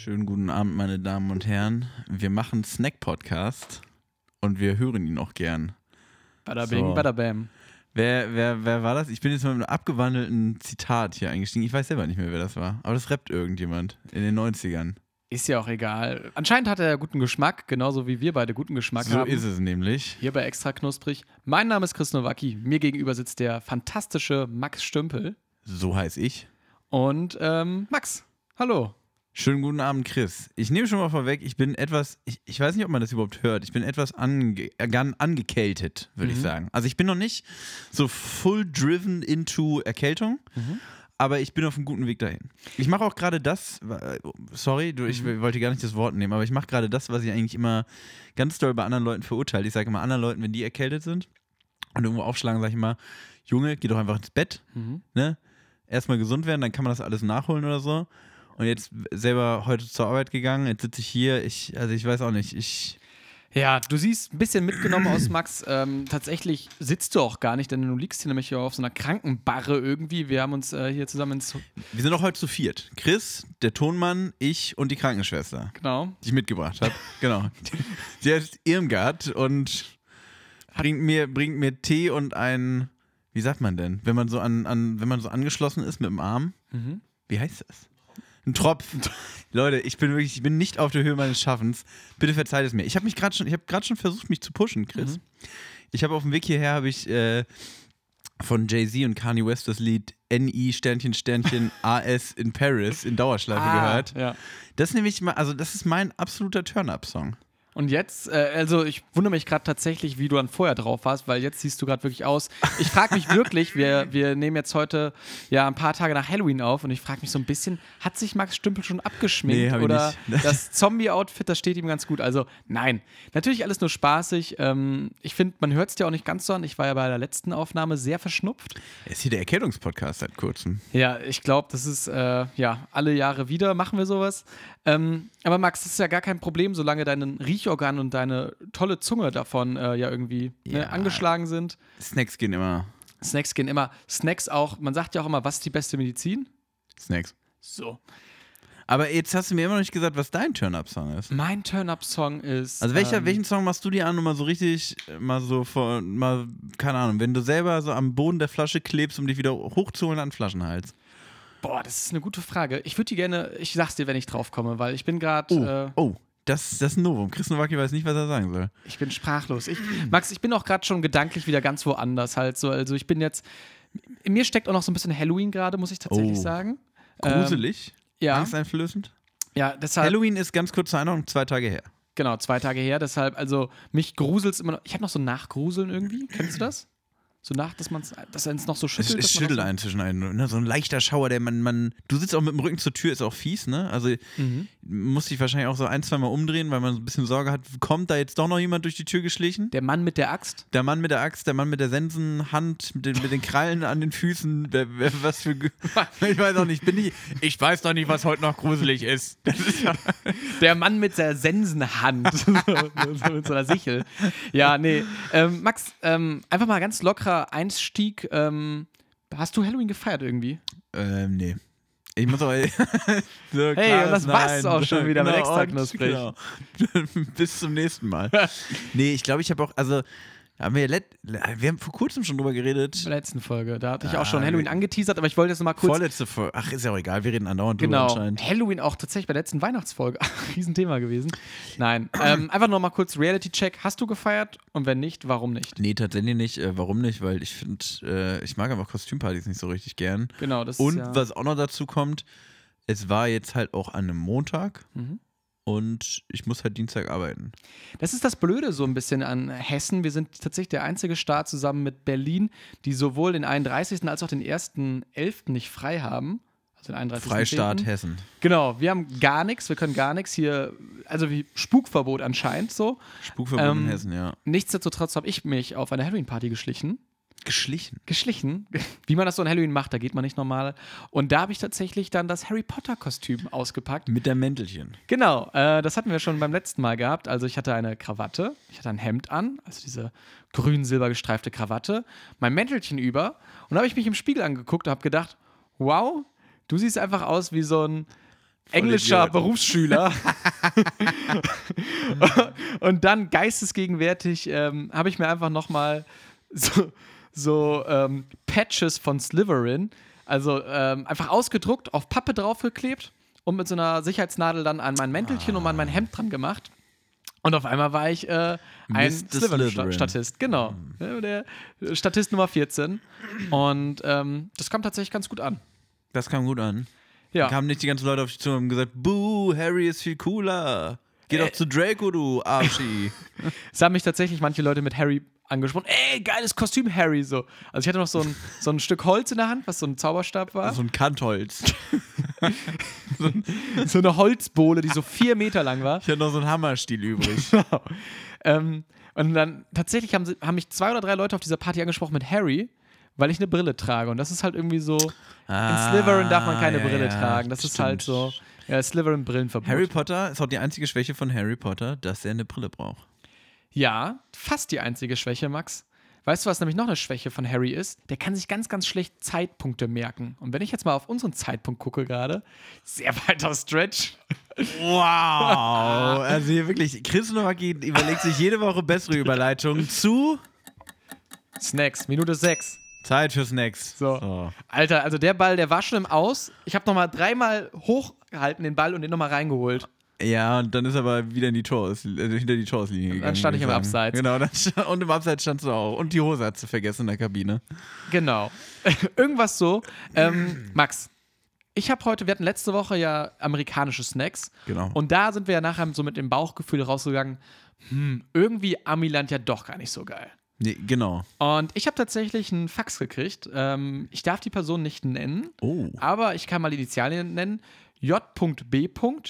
Schönen guten Abend, meine Damen und Herren. Wir machen Snack-Podcast und wir hören ihn auch gern. Bada bing, bada bam. Wer war das? Ich bin jetzt mal mit einem abgewandelten Zitat hier eingestiegen. Ich weiß selber nicht mehr, wer das war. Aber das rappt irgendjemand in den 90ern. Ist ja auch egal. Anscheinend hat er ja guten Geschmack, genauso wie wir beide guten Geschmack haben. So ist es nämlich. Hier bei Extra Knusprig. Mein Name ist Chris Nowacki. Mir gegenüber sitzt der fantastische Max Stümpel. So heiß ich. Und Max, hallo. Schönen guten Abend, Chris. Ich nehme schon mal vorweg, ich bin etwas, ich weiß nicht, ob man das überhaupt hört, ich bin etwas angekältet, würde ich sagen. Also ich bin noch nicht so full driven into Erkältung, aber ich bin auf einem guten Weg dahin. Ich mache auch gerade das, sorry, ich wollte gar nicht das Wort nehmen, aber ich mache gerade das, was ich eigentlich immer ganz doll bei anderen Leuten verurteile. Ich sage immer anderen Leuten, wenn die erkältet sind und irgendwo aufschlagen, sage ich immer, Junge, geh doch einfach ins Bett, ne? Erstmal gesund werden, dann kann man das alles nachholen oder so. Und jetzt selber heute zur Arbeit gegangen, jetzt sitze ich hier, ich weiß auch nicht, Ja, du siehst ein bisschen mitgenommen aus, Max. Tatsächlich sitzt du auch gar nicht, denn du liegst hier nämlich auf so einer Krankenbarre irgendwie. Wir haben uns hier zusammen Wir sind auch heute zu viert. Chris, der Tonmann, ich und die Krankenschwester. Genau. Die ich mitgebracht habe. Genau. Die heißt Irmgard und bringt mir Tee und ein, wie sagt man denn, wenn man so wenn man so angeschlossen ist mit dem Arm. Wie heißt das? Ein Tropfen. Leute, ich bin nicht auf der Höhe meines Schaffens. Bitte verzeiht es mir. Ich habe gerade schon versucht, mich zu pushen, Chris. Ich habe auf dem Weg hierher von Jay-Z und Kanye West das Lied NI AS in Paris in Dauerschleife gehört. Ja. Das ist nämlich das ist mein absoluter Turn-Up-Song. Und jetzt, also ich wundere mich gerade tatsächlich, wie du dann vorher drauf warst, weil jetzt siehst du gerade wirklich aus. Ich frage mich wirklich, wir nehmen jetzt heute ja ein paar Tage nach Halloween auf und ich frage mich so ein bisschen, hat sich Max Stümpel schon abgeschminkt oder das Zombie-Outfit, das steht ihm ganz gut? Also nein, natürlich alles nur spaßig. Ich finde, man hört es dir auch nicht ganz so an. Ich war ja bei der letzten Aufnahme sehr verschnupft. Ist hier der Erkältungspodcast seit kurzem. Ja, ich glaube, das ist alle Jahre wieder machen wir sowas. Aber Max, das ist ja gar kein Problem, solange dein Riechorgan und deine tolle Zunge davon irgendwie angeschlagen sind. Snacks gehen immer. Snacks auch, man sagt ja auch immer, was ist die beste Medizin? Snacks. So. Aber jetzt hast du mir immer noch nicht gesagt, was dein Turn-Up-Song ist. Mein Turn-Up-Song ist... Also welchen Song machst du dir an, um mal so richtig, keine Ahnung, wenn du selber so am Boden der Flasche klebst, um dich wieder hochzuholen an den Flaschenhals? Boah, das ist eine gute Frage. Ich würde die gerne, ich sag's dir, wenn ich drauf komme, weil ich bin gerade... Das ist ein Novum. Chris Nowacki weiß nicht, was er sagen soll. Ich bin sprachlos. Max, ich bin auch gerade schon gedanklich wieder ganz woanders halt so. Also ich bin jetzt... In mir steckt auch noch so ein bisschen Halloween gerade, muss ich tatsächlich sagen. Gruselig? Ja. Angsteinflößend? Ja, deshalb... Halloween ist ganz kurz zur Erinnerung 2 Tage her. Genau, 2 Tage her, deshalb, also mich gruselt's immer noch. Ich habe noch so Nachgruseln irgendwie, kennst du das? So dass er es noch so schüttelt. Es schüttelt einen zwischen einen, ne? So ein leichter Schauer, der du sitzt auch mit dem Rücken zur Tür, ist auch fies, ne? Also musst dich wahrscheinlich auch so 1-2 Mal umdrehen, weil man so ein bisschen Sorge hat, kommt da jetzt doch noch jemand durch die Tür geschlichen? Der Mann mit der Axt? Der Mann mit der Axt, der Mann mit der Sensenhand, mit den Krallen an den Füßen, was für... Ich weiß auch nicht, ich weiß doch nicht, was heute noch gruselig ist. Der Mann mit der Sensenhand. Mit so einer Sichel. Ja, nee. Max, einfach mal ganz lockerer Einstieg. Hast du Halloween gefeiert irgendwie? Nee. Ich muss aber. So, hey, und das war's auch schon wieder mit Extra Knusprig. Genau. Bis zum nächsten Mal. Nee, ich glaube, ich habe auch. Also, wir haben vor kurzem schon drüber geredet. In der letzten Folge. Da hatte ich auch schon Halloween angeteasert, aber ich wollte jetzt noch mal kurz. Vorletzte Folge. Ach, ist ja auch egal. Wir reden andauernd drüber anscheinend. Halloween auch tatsächlich bei der letzten Weihnachtsfolge. Riesenthema gewesen. Nein. Einfach noch mal kurz Reality-Check. Hast du gefeiert? Und wenn nicht, warum nicht? Nee, tatsächlich nicht. Warum nicht? Weil ich finde, ich mag einfach Kostümpartys nicht so richtig gern. Genau, das Und ist ja... was auch noch dazu kommt, es war jetzt halt auch an einem Montag. Und ich muss halt Dienstag arbeiten. Das ist das Blöde so ein bisschen an Hessen. Wir sind tatsächlich der einzige Staat zusammen mit Berlin, die sowohl den 31. als auch den 1.11. nicht frei haben. Also den 31. Freistaat Hessen. Genau, wir haben gar nichts, wir können gar nichts hier, also wie Spukverbot anscheinend so. Spukverbot in Hessen, ja. Nichtsdestotrotz habe ich mich auf eine Halloween-Party geschlichen. Geschlichen? Wie man das so in Halloween macht, da geht man nicht normal. Und da habe ich tatsächlich dann das Harry Potter-Kostüm ausgepackt. Mit der Mäntelchen. Genau, das hatten wir schon beim letzten Mal gehabt. Also ich hatte eine Krawatte, ich hatte ein Hemd an, also diese grün-silber gestreifte Krawatte, mein Mäntelchen über. Und da habe ich mich im Spiegel angeguckt und habe gedacht, wow, du siehst einfach aus wie so ein englischer Vollidiot. Berufsschüler. Und dann geistesgegenwärtig habe ich mir einfach nochmal so Patches von Slytherin, also einfach ausgedruckt, auf Pappe draufgeklebt und mit so einer Sicherheitsnadel dann an mein Mäntelchen und an mein Hemd dran gemacht. Und auf einmal war ich ein Mr. Slytherin. Statist, genau. Ja, der Statist Nummer 14. Und das kam tatsächlich ganz gut an. Das kam gut an. Ja. Dann kamen nicht die ganzen Leute auf dich zu und haben gesagt, buh, Harry ist viel cooler. Geh doch zu Draco, du Arschi. Es haben mich tatsächlich manche Leute mit Harry angesprochen. Ey, geiles Kostüm, Harry. So. Also ich hatte noch so ein Stück Holz in der Hand, was so ein Zauberstab war. So ein Kantholz. So eine Holzbohle, die so 4 Meter lang war. Ich hatte noch so einen Hammerstiel übrig. Und dann tatsächlich haben mich 2 oder 3 Leute auf dieser Party angesprochen mit Harry, weil ich eine Brille trage. Und das ist halt irgendwie so, in Slytherin darf man keine Brille tragen. Das ist halt so, Slytherin-Brillenverbot. Harry Potter ist auch die einzige Schwäche von Harry Potter, dass er eine Brille braucht. Ja, fast die einzige Schwäche, Max. Weißt du, was nämlich noch eine Schwäche von Harry ist? Der kann sich ganz, ganz schlecht Zeitpunkte merken. Und wenn ich jetzt mal auf unseren Zeitpunkt gucke gerade, sehr weiter Stretch. Wow. Also hier wirklich, Chris Nowacki überlegt sich jede Woche bessere Überleitungen zu Snacks, Minute 6. Zeit für Snacks. So. Alter, also der Ball, der war schon im Aus. Ich habe nochmal 3-mal hochgehalten den Ball und den nochmal reingeholt. Ja, und dann ist aber wieder in die hinter die Torslinie gegangen. Dann stand ich im Abseits. Genau, und im Abseits standst du auch. Und die Hose hat sie vergessen in der Kabine. Genau. Irgendwas so. Max, wir hatten letzte Woche ja amerikanische Snacks. Genau. Und da sind wir ja nachher so mit dem Bauchgefühl rausgegangen, irgendwie Amiland ja doch gar nicht so geil. Nee, genau. Und ich habe tatsächlich einen Fax gekriegt. Ich darf die Person nicht nennen, aber ich kann mal die Initialien nennen. J.B.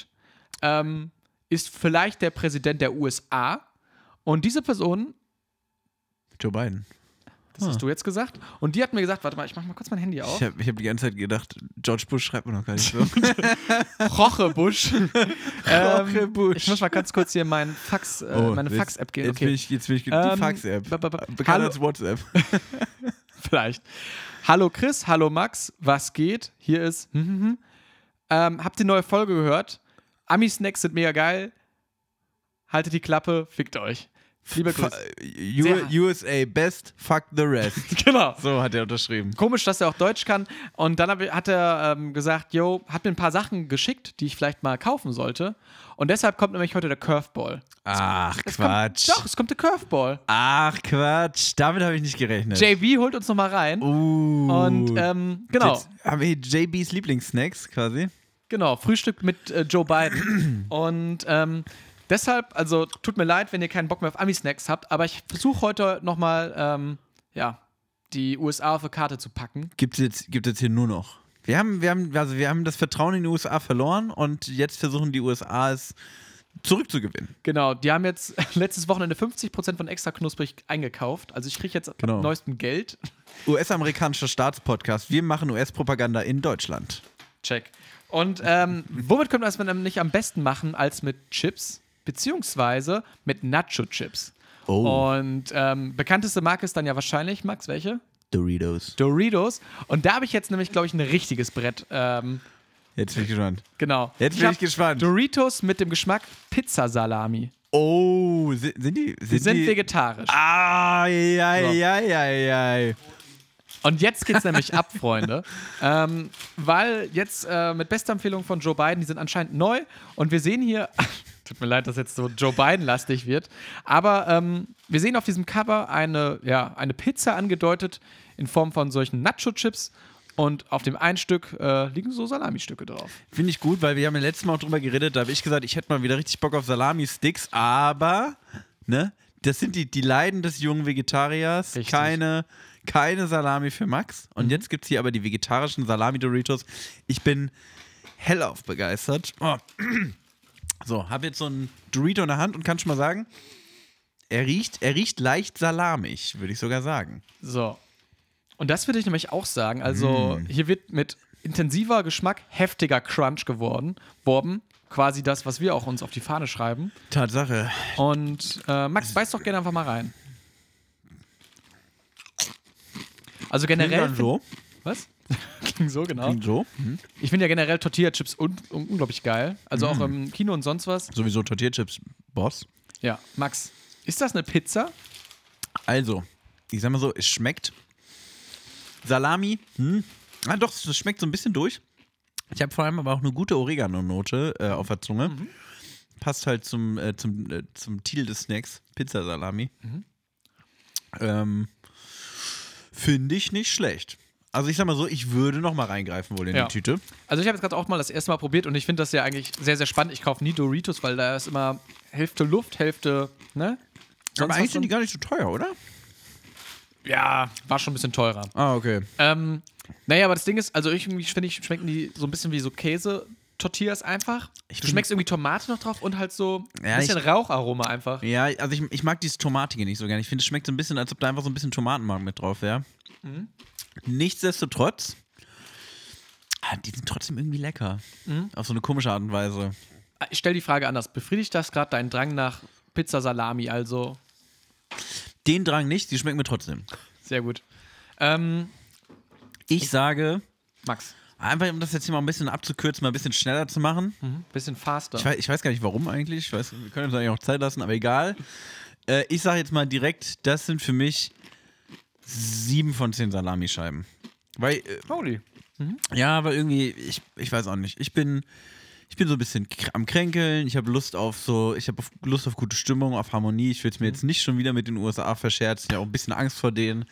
Ist vielleicht der Präsident der USA. Und diese Person, Joe Biden. das hast du jetzt gesagt, und die hat mir gesagt, warte mal, ich mach mal kurz mein Handy auf. Ich hab die ganze Zeit gedacht, George Bush schreibt mir noch gar nicht so. Rochebusch. Rochebusch. Ich muss mal ganz kurz hier meine Fax-App gehen. Jetzt Okay. bin ich die Fax-App. Bekannt Hallo. als WhatsApp. Vielleicht. Hallo Chris, hallo Max, was geht? Hier ist. Habt ihr neue Folge gehört? Ami-Snacks sind mega geil. Haltet die Klappe, fickt euch. Liebe Grüße. USA best, fuck the rest. Genau. So hat er unterschrieben. Komisch, dass er auch Deutsch kann. Und dann hat er gesagt, hat mir ein paar Sachen geschickt, die ich vielleicht mal kaufen sollte. Und deshalb kommt nämlich heute der Curveball. Ach, Quatsch. Es kommt der Curveball. Ach, Quatsch. Damit habe ich nicht gerechnet. JB holt uns nochmal rein. Und genau. Jetzt haben wir hier JBs Lieblingssnacks quasi. Genau, Frühstück mit Joe Biden. Und deshalb, also tut mir leid, wenn ihr keinen Bock mehr auf Ami-Snacks habt, aber ich versuche heute nochmal, die USA auf eine Karte zu packen. Gibt es jetzt hier nur noch. Wir haben das Vertrauen in die USA verloren und jetzt versuchen die USA es zurückzugewinnen. Genau, die haben jetzt letztes Wochenende 50% von Extra Knusprig eingekauft. Also ich kriege jetzt am neuesten Geld. US-amerikanischer Staatspodcast. Wir machen US-Propaganda in Deutschland. Check. Und womit können wir das nämlich am besten machen als mit Chips, beziehungsweise mit Nacho-Chips. Und bekannteste Marke ist dann ja wahrscheinlich, Max, welche? Doritos. Und da habe ich jetzt nämlich, glaube ich, ein richtiges Brett. Jetzt bin ich gespannt. Genau. Jetzt bin ich gespannt. Doritos mit dem Geschmack Pizza-Salami. Oh, sind die vegetarisch. Ja. Und jetzt geht's nämlich ab, Freunde. Weil jetzt mit bester Empfehlung von Joe Biden, die sind anscheinend neu. Und wir sehen hier, tut mir leid, dass jetzt so Joe Biden-lastig wird, aber wir sehen auf diesem Cover eine Pizza angedeutet in Form von solchen Nacho-Chips. Und auf dem einen Stück liegen so Salami-Stücke drauf. Finde ich gut, weil wir haben ja letztes Mal auch drüber geredet, da habe ich gesagt, ich hätte mal wieder richtig Bock auf Salami-Sticks, aber, ne, das sind die Leiden des jungen Vegetariers, keine Salami für Max. Und jetzt gibt es hier aber die vegetarischen Salami-Doritos. Ich bin hellauf begeistert. Oh. So, habe jetzt so einen Dorito in der Hand und kann schon mal sagen, er riecht leicht salamig, würde ich sogar sagen. So. Und das würde ich nämlich auch sagen. Also hier wird mit intensiver Geschmack heftiger Crunch worben. Quasi das, was wir auch uns auf die Fahne schreiben. Tatsache. Und Max, beiß doch gerne einfach mal rein. Also generell... So. Was? Klingen so, genau. Klingt so. Ich finde ja generell Tortilla-Chips unglaublich geil. Also auch im Kino und sonst was. Sowieso Tortilla-Chips, Boss. Ja, Max, ist das eine Pizza? Also, ich sag mal so, es schmeckt. Salami, ah doch, es schmeckt so ein bisschen durch. Ich habe vor allem aber auch eine gute Oregano-Note auf der Zunge. Passt halt zum Titel des Snacks, Pizzasalami. Finde ich nicht schlecht. Also ich sag mal so, ich würde noch mal reingreifen wohl in die Tüte. Also ich habe jetzt gerade auch mal das erste Mal probiert und ich finde das ja eigentlich sehr, sehr spannend. Ich kaufe nie Doritos, weil da ist immer Hälfte Luft, Hälfte, ne? Aber eigentlich sind die gar nicht so teuer, oder? Ja, war schon ein bisschen teurer. Ah, okay. Naja, aber das Ding ist, also irgendwie finde ich, schmecken die so ein bisschen wie so Käse-Tortillas einfach. Du schmeckst irgendwie Tomate noch drauf und halt so ein bisschen Raucharoma einfach. Ja, also ich mag dieses Tomatige nicht so gerne. Ich finde, es schmeckt so ein bisschen, als ob da einfach so ein bisschen Tomatenmark mit drauf wäre. Nichtsdestotrotz, die sind trotzdem irgendwie lecker. Auf so eine komische Art und Weise. Ich stelle die Frage anders. Befriedigt das gerade deinen Drang nach Pizza Salami? Also Den Drang nicht, die schmecken mir trotzdem. sehr gut. Ich sage, Max. einfach um das jetzt hier mal ein bisschen abzukürzen, mal ein bisschen schneller zu machen. Bisschen faster. Ich weiß gar nicht, warum eigentlich. Wir können uns eigentlich auch Zeit lassen, aber egal. Ich sage jetzt mal direkt, das sind für mich 7 von 10 Salamischeiben. Weil, Holy. ja, weil irgendwie, ich weiß auch nicht. Ich bin so ein bisschen am Kränkeln. Ich habe Lust auf gute Stimmung, auf Harmonie. Ich will es mir jetzt nicht schon wieder mit den USA verscherzen. Ich habe auch ein bisschen Angst vor denen.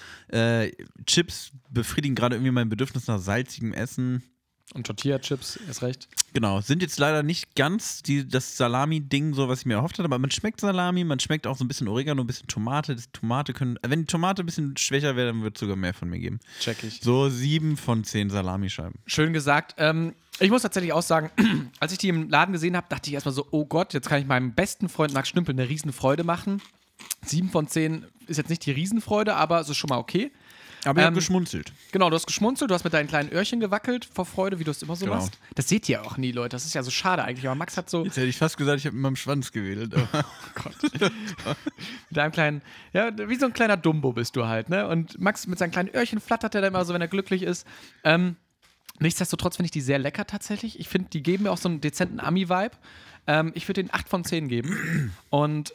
Chips befriedigen gerade irgendwie mein Bedürfnis nach salzigem Essen. Und Tortilla-Chips, ist recht. Genau, sind jetzt leider nicht ganz das Salami-Ding, so was ich mir erhofft hatte, aber man schmeckt Salami, man schmeckt auch so ein bisschen Oregano, ein bisschen Tomate. Wenn die Tomate ein bisschen schwächer wäre, dann wird es sogar mehr von mir geben. Check ich. So 7 von 10 Salamischeiben. Schön gesagt. Ich muss tatsächlich auch sagen, als ich die im Laden gesehen habe, dachte ich erstmal so, oh Gott, jetzt kann ich meinem besten Freund Max Stümpel eine Riesenfreude machen. 7 von 10 ist jetzt nicht die Riesenfreude, aber es ist schon mal okay. Aber ich habe geschmunzelt. Genau, du hast geschmunzelt, du hast mit deinen kleinen Öhrchen gewackelt vor Freude, wie du es immer so machst. Das seht ihr auch nie, Leute. Das ist ja so schade eigentlich. Aber Max hat so. Jetzt hätte ich fast gesagt, ich habe mit meinem Schwanz gewedelt. Oh Gott. Mit einem kleinen, ja, wie so ein kleiner Dumbo bist du halt, ne? Und Max mit seinen kleinen Öhrchen flattert er dann immer so, wenn er glücklich ist. Nichtsdestotrotz finde ich die sehr lecker tatsächlich. Ich finde, die geben mir auch so einen dezenten Ami-Vibe. Ich würde den 8 von 10 geben. Und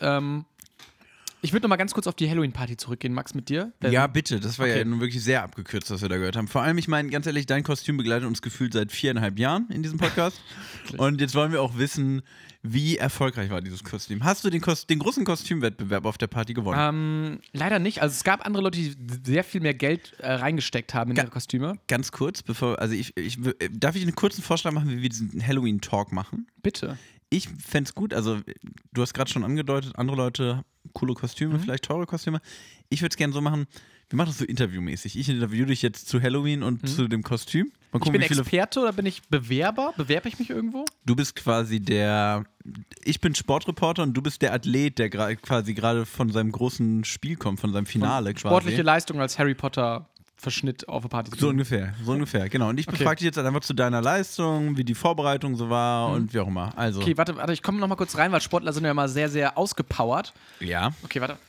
ich würde noch mal ganz kurz auf die Halloween-Party zurückgehen, Max, mit dir. Ja, bitte. Das war ja nun wirklich sehr abgekürzt, was wir da gehört haben. Vor allem, ich meine, ganz ehrlich, dein Kostüm begleitet uns gefühlt seit 4,5 Jahren in diesem Podcast. Und jetzt wollen wir auch wissen, wie erfolgreich war dieses Kostüm. Hast du den großen Kostümwettbewerb auf der Party gewonnen? Leider nicht. Also es gab andere Leute, die sehr viel mehr Geld reingesteckt haben in ihre Kostüme. Ganz kurz, darf ich einen kurzen Vorschlag machen, wie wir diesen Halloween-Talk machen? Bitte. Ich fände es gut, also du hast gerade schon angedeutet, andere Leute, coole Kostüme, vielleicht teure Kostüme. Ich würde es gerne so machen, wir machen das so interviewmäßig. Ich interviewe dich jetzt zu Halloween und zu dem Kostüm. Mal gucken, ich bin Experte oder bin ich Bewerber? Bewerbe ich mich irgendwo? Du bist quasi ich bin Sportreporter und du bist der Athlet, der quasi gerade von seinem großen Spiel kommt, von seinem Finale quasi. Sportliche Leistung als Harry Potter Verschnitt auf der Party. So ungefähr, genau. Und ich befrage dich jetzt einfach zu deiner Leistung, wie die Vorbereitung so war und wie auch immer. Also. Okay, warte, ich komme noch mal kurz rein, weil Sportler sind ja immer sehr, sehr ausgepowert. Ja. Okay, warte.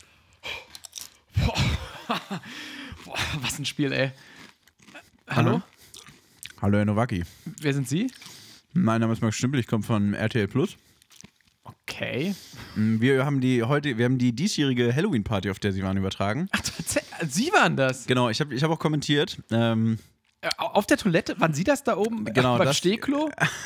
Boah, was ein Spiel, ey. Hallo? Hallo, Herr Nowacki. Wer sind Sie? Mein Name ist Max Stümpel, ich komme von RTL Plus. Okay. Wir haben die diesjährige Halloween-Party, auf der Sie waren, übertragen. Ach, Sie waren das? Genau, ich hab auch kommentiert. Auf der Toilette? Waren Sie das da oben? Genau, beim Stehklo?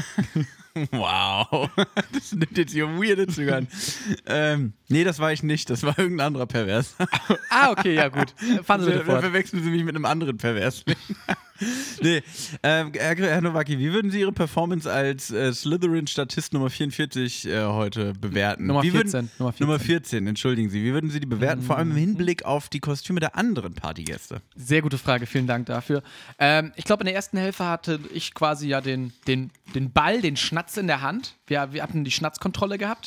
Wow. Das nimmt jetzt hier weirde Züge an. Nee, das war ich nicht. Das war irgendein anderer Pervers. Okay, ja gut. Fahren Sie bitte fort. Verwechseln Sie mich mit einem anderen Perversling. Nee, Herr Nowacki, wie würden Sie Ihre Performance als Slytherin-Statist Nummer 44 heute bewerten? Nummer 14. Nummer 14, entschuldigen Sie. Wie würden Sie die bewerten, vor allem im Hinblick auf die Kostüme der anderen Partygäste? Sehr gute Frage, vielen Dank dafür. Ich glaube, in der ersten Hälfte hatte ich quasi ja den Ball, den Schnatz in der Hand. Wir hatten die Schnatzkontrolle gehabt.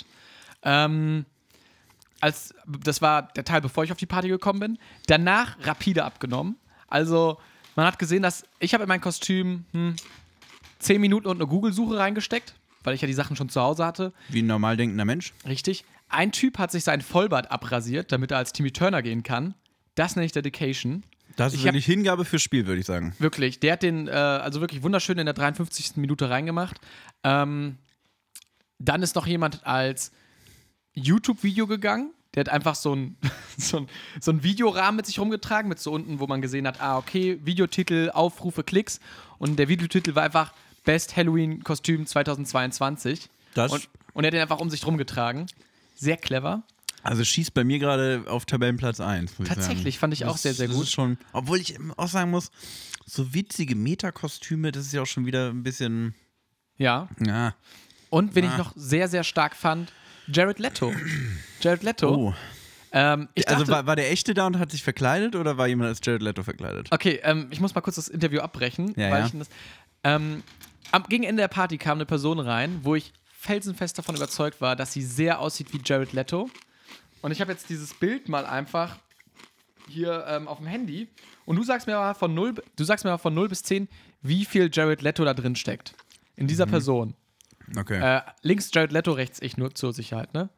Das war der Teil, bevor ich auf die Party gekommen bin. Danach rapide abgenommen. Also man hat gesehen, dass ich habe in mein Kostüm 10 Minuten und eine Google-Suche reingesteckt, weil ich ja die Sachen schon zu Hause hatte. Wie ein normal denkender Mensch. Richtig. Ein Typ hat sich sein Vollbart abrasiert, damit er als Timmy Turner gehen kann. Das nenne ich Dedication. Das ist wirklich Hingabe fürs Spiel, würde ich sagen. Wirklich, der hat den also wirklich wunderschön in der 53. Minute reingemacht. Dann ist noch jemand als YouTube-Video gegangen. Der hat einfach so ein Videorahmen mit sich rumgetragen, mit so unten, wo man gesehen hat, okay, Videotitel, Aufrufe, Klicks. Und der Videotitel war einfach Best Halloween-Kostüm 2022. Und er hat den einfach um sich rumgetragen. Sehr clever. Also schießt bei mir gerade auf Tabellenplatz 1, muss Tatsächlich, ich sagen. fand ich auch sehr, sehr gut. Ist schon, obwohl ich auch sagen muss, so witzige Metakostüme, das ist ja auch schon wieder ein bisschen... Ja. Ja. Und wen ich noch sehr, sehr stark fand, Jared Leto. Jared Leto. Oh. Ich dachte, also war der Echte da und hat sich verkleidet oder war jemand als Jared Leto verkleidet? Okay, ich muss mal kurz das Interview abbrechen. Ja, weil ja. ich das, gegen Ende der Party kam eine Person rein, wo ich felsenfest davon überzeugt war, dass sie sehr aussieht wie Jared Leto. Und ich habe jetzt dieses Bild mal einfach hier auf dem Handy. Und du sagst mir mal von 0 bis 10, wie viel Jared Leto da drin steckt. In dieser Person. Okay. Links Jared Leto, rechts ich, nur zur Sicherheit, ne?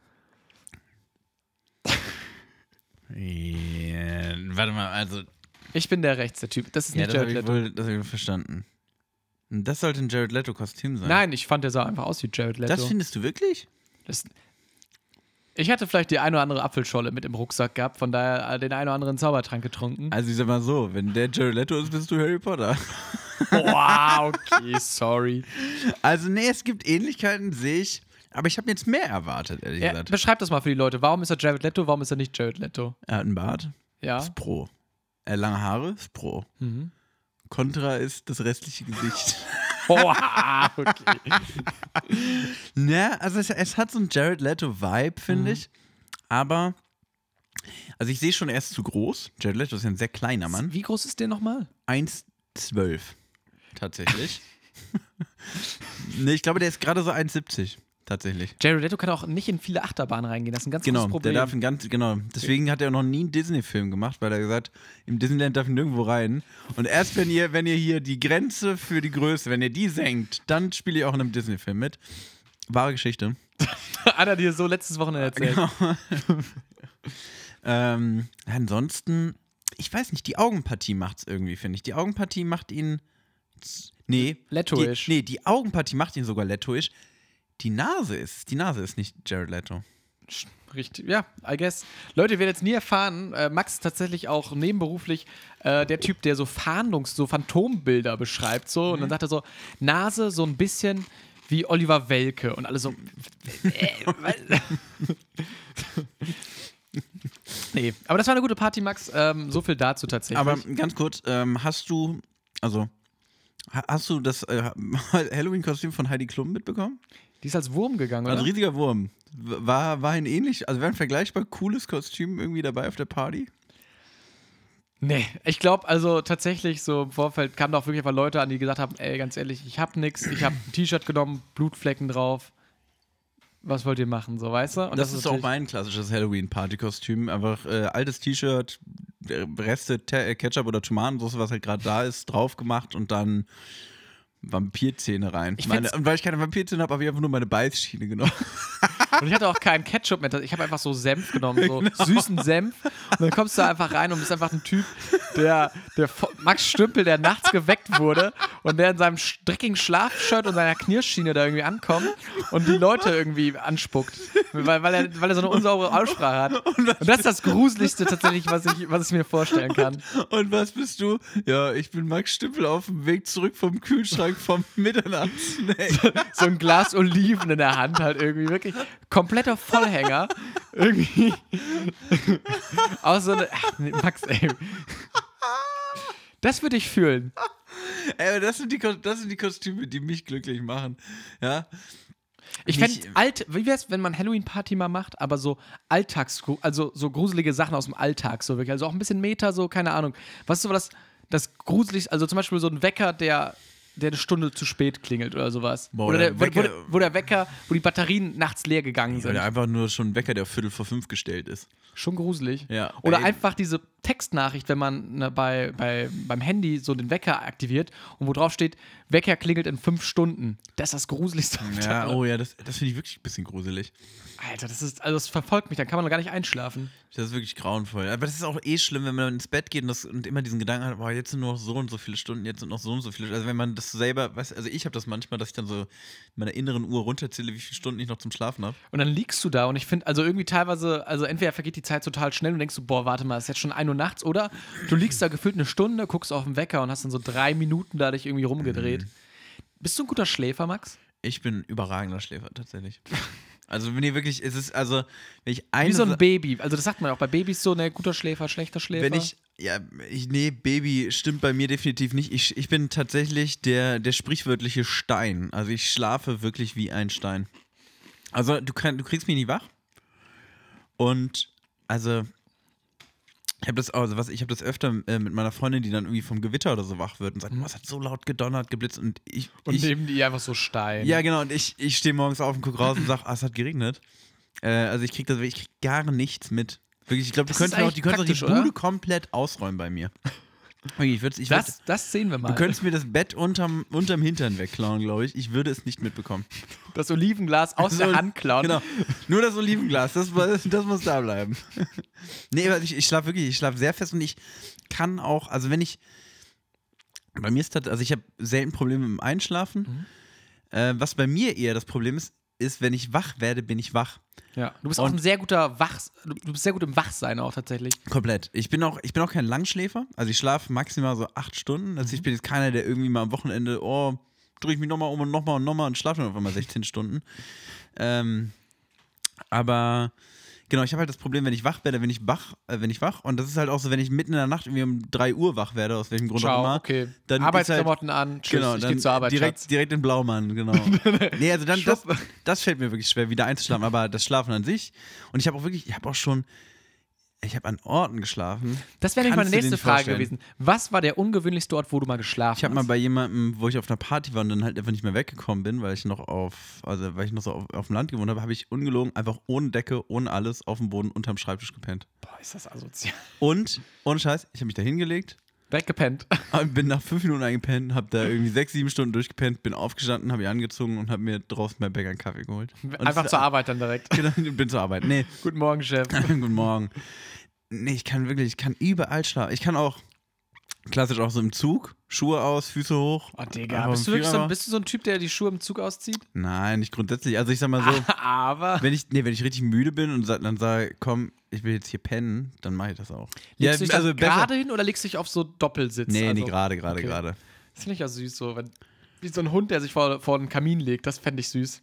Yeah, warte mal, also... Ich bin der rechts, der Typ. Das ist nicht Jared Leto. Das habe ich verstanden. Das sollte ein Jared Leto-Kostüm sein. Nein, ich fand, der sah einfach aus wie Jared Leto. Das findest du wirklich? Ich hatte vielleicht die eine oder andere Apfelscholle mit im Rucksack gehabt, von daher den einen oder anderen Zaubertrank getrunken. Also ich sag mal so, wenn der Jared Leto ist, bist du Harry Potter. Wow, okay, sorry. Also nee, es gibt Ähnlichkeiten, sehe ich. Aber ich habe jetzt mehr erwartet, ehrlich gesagt. Beschreib das mal für die Leute. Warum ist er Jared Leto, warum ist er nicht Jared Leto? Er hat einen Bart. Ja. Ist pro. Lange Haare. Ist pro. Mhm. Kontra ist das restliche Gesicht. Wow, okay. Ja, also es hat so einen Jared Leto-Vibe, finde ich. Aber, also ich sehe schon, er ist zu groß. Jared Leto ist ja ein sehr kleiner Mann. Wie groß ist der nochmal? 1,12 tatsächlich. Nee, ich glaube, der ist gerade so 1,70 tatsächlich. Jared Leto kann auch nicht in viele Achterbahnen reingehen. Das ist ein ganz großes Problem. Der darf genau. Deswegen hat er auch noch nie einen Disney-Film gemacht, weil er gesagt, im Disneyland darf er nirgendwo rein. Und erst wenn ihr hier die Grenze für die Größe, wenn ihr die senkt, dann spiele ich auch in einem Disney-Film mit. Wahre Geschichte. Hat er dir so letztes Wochenende erzählt. Genau. Ansonsten, ich weiß nicht, die Augenpartie macht's irgendwie, finde ich. Die Augenpartie macht ihn. Nee. Lettoisch. Die Augenpartie macht ihn sogar lettoisch. Die Nase ist nicht Jared Leto. Richtig, ja, I guess. Leute, ihr werdet jetzt nie erfahren, Max ist tatsächlich auch nebenberuflich der Typ, der so Phantombilder beschreibt, so. Und dann sagt er so, Nase so ein bisschen wie Oliver Welke. Und alle so, nee, aber das war eine gute Party, Max. So viel dazu tatsächlich. Aber ganz kurz, hast du das Halloween-Kostüm von Heidi Klum mitbekommen? Die ist als Wurm gegangen, oder? Ein riesiger Wurm. War ein vergleichbar cooles Kostüm irgendwie dabei auf der Party? Nee, ich glaube, also tatsächlich so im Vorfeld kamen doch wirklich einfach Leute an, die gesagt haben, ey, ganz ehrlich, ich hab nix, ich hab ein T-Shirt genommen, Blutflecken drauf. Was wollt ihr machen, so, weißt du? Und das ist auch mein klassisches Halloween-Party-Kostüm. Einfach altes T-Shirt, Reste Ketchup oder Tomatensauce, was halt gerade da ist, drauf gemacht und dann Vampirzähne rein. Und weil ich keine Vampirzähne habe ich einfach nur meine Beißschiene genommen. Und ich hatte auch keinen Ketchup mehr. Ich habe einfach so Senf genommen, so süßen Senf. Und dann kommst du da einfach rein und bist einfach ein Typ, der Max Stümpel, der nachts geweckt wurde und der in seinem dreckigen Schlafshirt und seiner Knirschschiene da irgendwie ankommt und die Leute irgendwie anspuckt. Weil er so eine unsaubere Aussprache hat. Und das ist das Gruseligste tatsächlich, was ich mir vorstellen kann. Und was bist du? Ja, ich bin Max Stümpel auf dem Weg zurück vom Kühlschrank vom Mitternachtssnack. So ein Glas Oliven in der Hand halt irgendwie, wirklich kompletter Vollhänger. Irgendwie. Aus so eine. Nee, Max, ey. Das würde ich fühlen. Ey, aber das sind die Kostüme, die mich glücklich machen. Ja. Ich fände wie wär's, wenn man Halloween-Party mal macht, aber so also so gruselige Sachen aus dem Alltag, so wirklich. Also auch ein bisschen Meta, so, keine Ahnung. Was ist so das Gruseligste, also zum Beispiel so ein Wecker, der der eine Stunde zu spät klingelt oder sowas. Boah, oder der Wecker- wo die Batterien nachts leer gegangen sind. Oder einfach nur schon ein Wecker, der auf 4:45 gestellt ist. Schon gruselig. Ja. Oder Ey. einfach diese Textnachricht, wenn man beim Handy so den Wecker aktiviert und wo drauf steht, Wecker klingelt in 5 Stunden. Das ist das Gruseligste. Ja, oh ja, das finde ich wirklich ein bisschen gruselig. Alter, das verfolgt mich, dann kann man gar nicht einschlafen. Das ist wirklich grauenvoll. Aber das ist auch schlimm, wenn man ins Bett geht und immer diesen Gedanken hat, boah, jetzt sind nur noch so und so viele Stunden, jetzt sind noch so und so viele. Also wenn man das selber, also ich habe das manchmal, dass ich dann so in meiner inneren Uhr runterzähle, wie viele Stunden ich noch zum Schlafen habe. Und dann liegst du da und ich finde, also irgendwie teilweise, also entweder vergeht die Zeit total schnell und denkst du, boah, warte mal, es ist jetzt schon 1 Uhr nachts, oder du liegst da gefühlt eine Stunde, guckst auf den Wecker und hast dann so 3 Minuten da dich irgendwie rumgedreht. Bist du ein guter Schläfer, Max? Ich bin überragender Schläfer, tatsächlich. Also wenn ihr wirklich, es ist, also, wenn ich eine Wie so ein Baby. Also das sagt man auch bei Babys so, ne, guter Schläfer, schlechter Schläfer. nee, Baby stimmt bei mir definitiv nicht. Ich bin tatsächlich der sprichwörtliche Stein. Also ich schlafe wirklich wie ein Stein. Also du kriegst mich nicht wach. Und also ich habe das öfter mit meiner Freundin, die dann irgendwie vom Gewitter oder so wach wird und sagt, was hat so laut gedonnert, geblitzt und ich neben die einfach so Stein. Ja, genau, und ich stehe morgens auf und gucke raus und sage, es hat geregnet. Also ich krieg gar nichts mit. Wirklich, ich glaube, die könntest auch die Bude oder? komplett ausräumen bei mir. Wirklich, Das sehen wir mal. Du könntest mir das Bett unterm Hintern wegklauen, glaube ich. Ich würde es nicht mitbekommen. Das Olivenglas aus der Hand klauen. Genau, nur das Olivenglas, das muss da bleiben. Nee, aber ich schlafe wirklich, ich schlafe sehr fest und ich kann auch, also bei mir ist das, also ich habe selten Probleme mit dem Einschlafen. Was bei mir eher das Problem ist, wenn ich wach werde, bin ich wach. Ja, du bist auch ein sehr guter du bist sehr gut im Wachsein auch tatsächlich. Komplett. Ich bin auch kein Langschläfer. Also ich schlafe maximal so 8 Stunden. Also ich bin jetzt keiner, der irgendwie mal am Wochenende, drehe ich mich nochmal um und nochmal und schlafe dann auf einmal 16 Stunden. Aber genau, ich habe halt das Problem, wenn ich wach werde, wenn ich wach. Und das ist halt auch so, wenn ich mitten in der Nacht irgendwie um 3 Uhr wach werde, aus welchem Grund auch immer. Okay. Dann Arbeitsklamotten an, tschüss, genau, ich gehe zur Arbeit, direkt in Blaumann, genau. Nee, also dann, das fällt mir wirklich schwer, wieder einzuschlafen, aber das Schlafen an sich. Und ich habe an Orten geschlafen. Das wäre nämlich meine nächste Frage gewesen. Was war der ungewöhnlichste Ort, wo du mal geschlafen hast? Ich habe mal bei jemandem, wo ich auf einer Party war und dann halt einfach nicht mehr weggekommen bin, weil ich noch so auf dem Land gewohnt habe ich ungelogen einfach ohne Decke, ohne alles auf dem Boden unterm Schreibtisch gepennt. Boah, ist das asozial. Und, ohne Scheiß, ich habe mich da hingelegt. Weggepennt. Bin nach 5 Minuten eingepennt, habe da irgendwie 6, 7 Stunden durchgepennt, bin aufgestanden, habe mich angezogen und habe mir draußen beim Bäcker einen Kaffee geholt. Und Einfach zur Arbeit dann direkt. Genau, bin zur Arbeit. Nee. Guten Morgen, Chef. Guten Morgen. Nee, ich kann überall schlafen. Ich kann auch klassisch auch so im Zug, Schuhe aus, Füße hoch. Oh, Digga, bist du so ein Typ, der die Schuhe im Zug auszieht? Nein, nicht grundsätzlich. Also ich sag mal so, aber wenn ich richtig müde bin und dann sage, komm, ich will jetzt hier pennen, dann mache ich das auch. Legst du dich also gerade hin oder legst du dich auf so Doppelsitz? Nee, also, nee, gerade. Das finde ich ja süß, so, wie so ein Hund, der sich vor einen Kamin legt, das fände ich süß.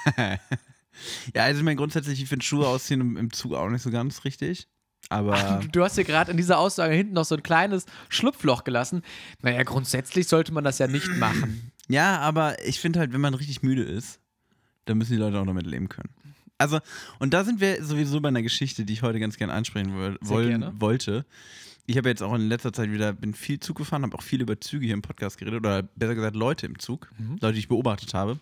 Ja, also ich meine grundsätzlich, ich finde Schuhe ausziehen im Zug auch nicht so ganz richtig. Aber du hast dir gerade in dieser Aussage hinten noch so ein kleines Schlupfloch gelassen. Naja, grundsätzlich sollte man das ja nicht machen. Ja, aber ich finde halt, wenn man richtig müde ist, dann müssen die Leute auch damit leben können. Also, und da sind wir sowieso bei einer Geschichte, die ich heute ganz gerne ansprechen wollte. Ich habe jetzt auch in letzter Zeit bin viel Zug gefahren, habe auch viel über Züge hier im Podcast geredet, oder besser gesagt Leute im Zug, Leute, die ich beobachtet habe.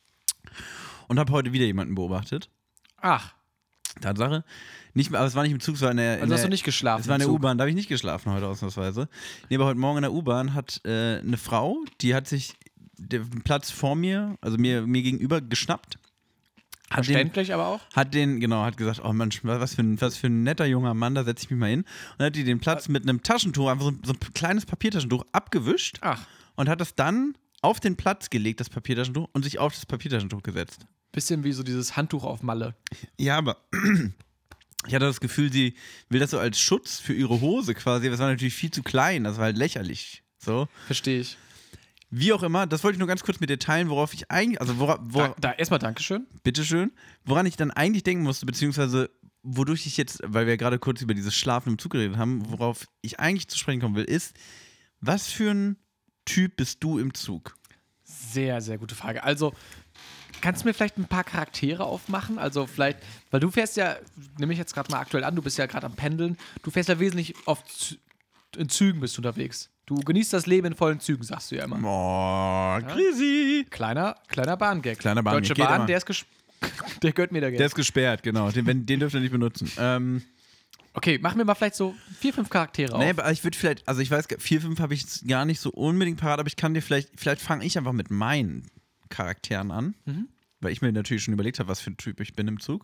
Und habe heute wieder jemanden beobachtet. Ach. Tatsache. Nicht mehr, aber es war nicht im Zug, es war also hast du nicht geschlafen? Es war in der U-Bahn, da habe ich nicht geschlafen heute ausnahmsweise. Nee, aber heute Morgen in der U-Bahn hat eine Frau, die hat sich den Platz vor mir, also mir gegenüber geschnappt. Verständlich aber auch? Hat gesagt, oh Mensch, was für ein netter junger Mann, da setze ich mich mal hin. Und hat die den Platz mit einem Taschentuch, einfach so ein kleines Papiertaschentuch abgewischt. Ach. Und hat das dann auf den Platz gelegt, das Papiertaschentuch, und sich auf das Papiertaschentuch gesetzt. Bisschen wie so dieses Handtuch auf Malle. Ja, aber ich hatte das Gefühl, sie will das so als Schutz für ihre Hose quasi. Das war natürlich viel zu klein, das war halt lächerlich. So. Verstehe ich. Wie auch immer, das wollte ich nur ganz kurz mit dir teilen, worauf ich eigentlich, also erstmal Dankeschön. Bitteschön. Woran ich dann eigentlich denken musste, beziehungsweise wodurch ich jetzt, weil wir gerade kurz über dieses Schlafen im Zug geredet haben, worauf ich eigentlich zu sprechen kommen will, ist, was für ein Typ bist du im Zug? Sehr, sehr gute Frage. Also, kannst du mir vielleicht ein paar Charaktere aufmachen? Also vielleicht, weil du fährst ja, nehme ich jetzt gerade mal aktuell an, du bist ja gerade am Pendeln, du fährst ja wesentlich oft in Zügen bist du unterwegs. Du genießt das Leben in vollen Zügen, sagst du ja immer. Boah, crazy. Kleiner Bahngag. Kleiner Bahngag, Deutsche geht Bahn, immer. der gehört mir da Geld. Der ist gesperrt, genau. Den dürft ihr nicht benutzen. Okay, mach mir mal vielleicht so 4, 5 Charaktere auf. Nee, aber ich würde vielleicht, also ich weiß, 4, 5 habe ich jetzt gar nicht so unbedingt parat, aber ich kann dir vielleicht fange ich einfach mit meinen Charakteren an, weil ich mir natürlich schon überlegt habe, was für ein Typ ich bin im Zug.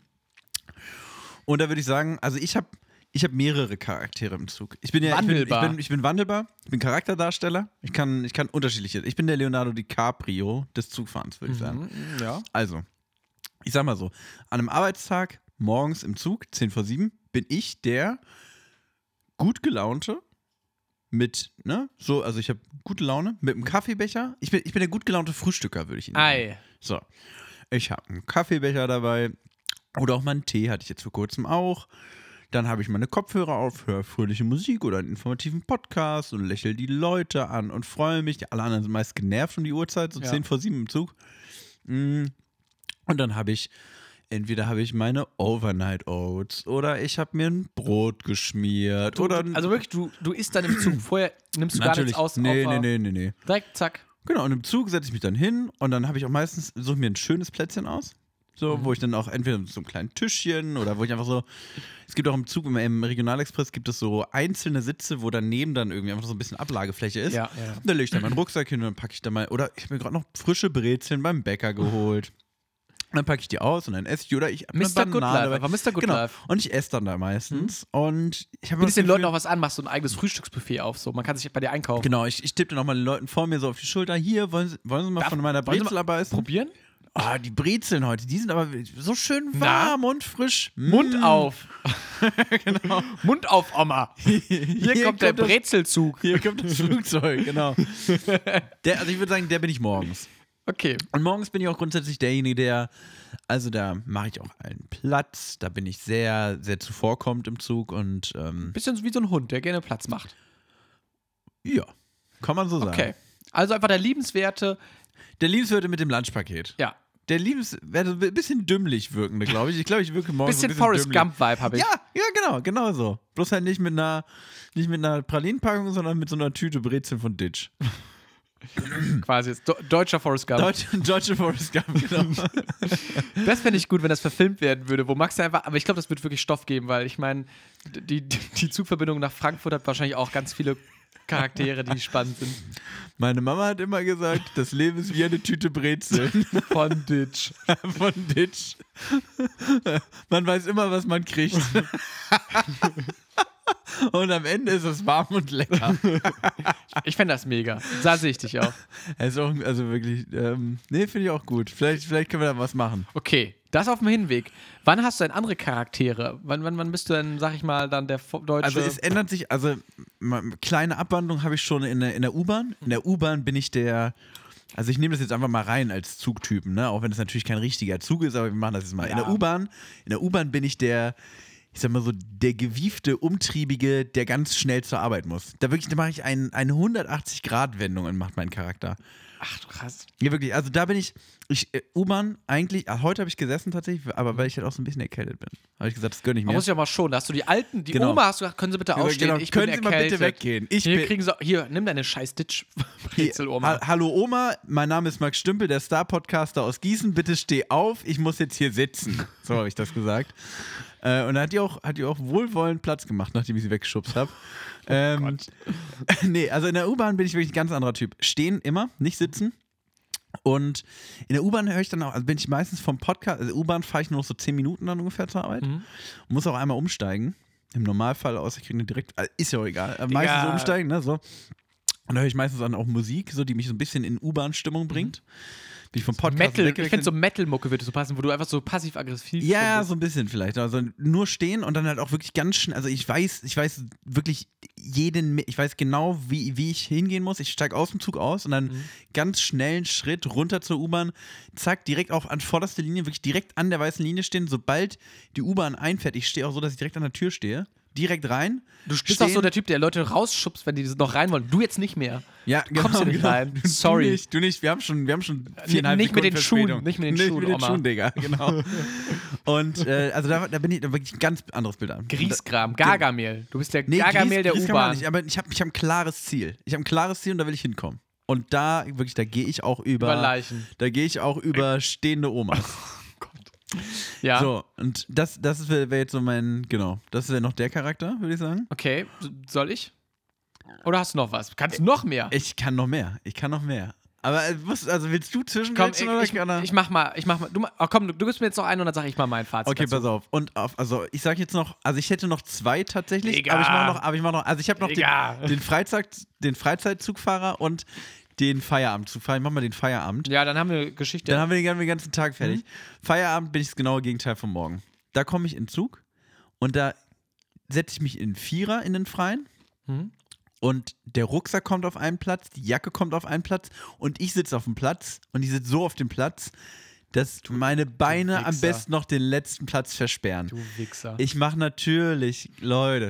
Und da würde ich sagen, also ich habe mehrere Charaktere im Zug. Ich bin Wandelbar. Ich bin wandelbar, ich bin Charakterdarsteller, ich kann unterschiedliche, ich bin der Leonardo DiCaprio des Zugfahrens, würde ich sagen. Ja. Also, ich sag mal so, an einem Arbeitstag, morgens im Zug, 10 vor 7, bin ich der gut gelaunte mit, also ich habe gute Laune, mit einem Kaffeebecher. Ich bin der gut gelaunte Frühstücker, würde ich ihn nennen. Ei. So, ich habe einen Kaffeebecher dabei oder auch mal einen Tee, hatte ich jetzt vor kurzem auch. Dann habe ich meine Kopfhörer auf, höre fröhliche Musik oder einen informativen Podcast und lächle die Leute an und freue mich. Alle anderen sind meist genervt um die Uhrzeit, so 10 vor 7 im Zug. Und dann habe ich entweder meine Overnight Oats oder ich habe mir ein Brot geschmiert. Also wirklich, du isst dann im Zug. Vorher nimmst du gar nichts aus. Nee. Direkt, zack. Genau, und im Zug setze ich mich dann hin und dann habe ich auch meistens, suche mir ein schönes Plätzchen aus. So, wo ich dann auch entweder so ein kleines Tischchen oder wo ich einfach so, es gibt auch im Zug, im Regionalexpress gibt es so einzelne Sitze, wo daneben dann irgendwie einfach so ein bisschen Ablagefläche ist. Ja. Und da lege ich dann meinen Rucksack hin und dann packe ich da mal, oder ich habe mir gerade noch frische Brezeln beim Bäcker geholt. Und dann packe ich die aus und dann esse ich oder ich habe eine Mr. Good Banane Life, aber Mr. Good genau. Life. Und ich esse dann da meistens. Und ich habe Bietest den Leuten auch was an, machst so ein eigenes Frühstücksbuffet auf. So. Man kann sich bei dir einkaufen. Genau, ich tippe dann auch mal den Leuten vor mir so auf die Schulter. Hier, wollen Sie mal von meiner Brezel abbeißen? Probieren? Ah, die Brezeln heute, die sind aber so schön warm und frisch. Mund auf. Genau. Mund auf, Oma. Hier kommt der Brezelzug. Hier kommt das Flugzeug, genau. Also ich würde sagen, der bin ich morgens. Okay. Und morgens bin ich auch grundsätzlich derjenige, da mache ich auch allen Platz, da bin ich sehr, sehr zuvorkommend im Zug und Bisschen wie so ein Hund, der gerne Platz macht. Ja, kann man so sagen. Okay. Also einfach der Liebenswerte. Der Liebenswerte mit dem Lunchpaket. Ja. Der Liebenswerte, ein bisschen dümmlich wirkende, glaube ich. Ich glaube, ich wirke morgens Bisschen ein bisschen Forrest dümmlich. Gump-Vibe habe ich. Ja, genau so. Bloß halt nicht mit einer Pralinenpackung, sondern mit so einer Tüte Brezeln von Ditch. Quasi jetzt. Deutscher Forrest Gump. Deutsche Forrest Gump, genau. Das fände ich gut, wenn das verfilmt werden würde, wo Max einfach, aber ich glaube, das wird wirklich Stoff geben, weil ich meine, die Zugverbindung nach Frankfurt hat wahrscheinlich auch ganz viele Charaktere, die spannend sind. Meine Mama hat immer gesagt, das Leben ist wie eine Tüte Brezeln. Von Ditch. Von Ditch. Man weiß immer, was man kriegt. Und am Ende ist es warm und lecker. Ich fände das mega. Da sehe ich dich auch. Also wirklich, finde ich auch gut. Vielleicht können wir da was machen. Okay, das auf dem Hinweg. Wann hast du denn andere Charaktere? Wann bist du denn, sag ich mal, dann der deutsche... Also es ändert sich, kleine Abwandlung habe ich schon in der U-Bahn. In der U-Bahn bin ich also ich nehme das jetzt einfach mal rein als Zugtypen, ne? Auch wenn das natürlich kein richtiger Zug ist, aber wir machen das jetzt mal. Ja. In der U-Bahn bin ich der gewiefte, umtriebige, der ganz schnell zur Arbeit muss. Da mache ich eine 180-Grad-Wendung und macht mein Charakter. Ach du krass. Ja, wirklich. Also da bin ich U-Bahn eigentlich, heute habe ich gesessen tatsächlich, aber weil ich halt auch so ein bisschen erkältet bin. Habe ich gesagt, das gönne ich mir. Man muss ja mal schon, da hast du die Alten, die genau. Oma hast du gesagt, können Sie bitte aufstehen, genau. ich können bin Sie mal bitte weggehen. Hier, nimm deine scheiß Ditch-Brezel, Oma. Hallo Oma, mein Name ist Max Stümpel, der Star-Podcaster aus Gießen. Bitte steh auf, ich muss jetzt hier sitzen. So habe ich das gesagt. Und dann hat die auch wohlwollend Platz gemacht, nachdem ich sie weggeschubst habe. Nee, also in der U-Bahn bin ich wirklich ein ganz anderer Typ. Stehen immer, nicht sitzen. Und in der U-Bahn höre ich dann auch, also bin ich meistens vom Podcast, also U-Bahn fahre ich nur noch so 10 Minuten dann ungefähr zur Arbeit. Muss auch einmal umsteigen. Im Normalfall, außer ich kriege eine direkt, ist ja auch egal. Meistens so umsteigen, ne, so. Und da höre ich meistens dann auch Musik, so, die mich so ein bisschen in U-Bahn-Stimmung bringt. Wie ich vom Podcast Metal, ich finde so Metal-Mucke würde so passen, wo du einfach so passiv-aggressiv bist. Ja, so ein bisschen vielleicht. Also nur stehen und dann halt auch wirklich ganz schnell, also ich weiß wirklich ich weiß genau, wie ich hingehen muss. Ich steige aus dem Zug aus und dann ganz schnellen Schritt runter zur U-Bahn, zack, direkt auch an vorderster Linie, wirklich direkt an der weißen Linie stehen, sobald die U-Bahn einfährt. Ich stehe auch so, dass ich direkt an der Tür stehe. Direkt rein. Du bist auch so der Typ, der Leute rausschubst, wenn die noch rein wollen. Du jetzt nicht mehr. Ja, du kommst hier nicht rein. Sorry. Du nicht. Wir haben schon 4,5 nicht mit den Sekunden Schuhen. Nicht mit den Schuhen, Oma. Digga, genau. Und also da bin ich da wirklich ein ganz anderes Bild an. Grießkram, Gargamel. Du bist der Gargamel der Grieß kann man U-Bahn. nicht, aber ich hab ein klares Ziel. Ich habe ein klares Ziel und da will ich hinkommen. Und da, wirklich, da gehe ich auch über Leichen. Da gehe ich auch über stehende Omas. Ja. So, und das wäre jetzt so das wäre noch der Charakter, würde ich sagen. Okay, soll ich? Oder hast du noch was? Kannst du noch mehr? Ich kann noch mehr. Aber willst du zwischenwechseln oder? Ich mach mal. Komm, du gibst mir jetzt noch einen und dann sag ich mal mein Fazit. Okay, dazu. pass auf. Und ich sag jetzt noch, also ich hätte noch 2 tatsächlich, Digga. aber ich mach noch, also ich habe noch den Freizeitzugfahrer und den Feierabendzugfahrer. Ich mach mal den Feierabend. Ja, dann haben wir Geschichte. Dann haben wir den ganzen Tag fertig. Feierabend bin ich das genaue Gegenteil von morgen. Da komme ich in den Zug und da setze ich mich in den Vierer in den Freien. Und der Rucksack kommt auf einen Platz, die Jacke kommt auf einen Platz und ich sitze auf dem Platz und ich sitze so auf dem Platz, dass meine Beine am besten noch den letzten Platz versperren. Du Wichser. Ich mache natürlich, Leute,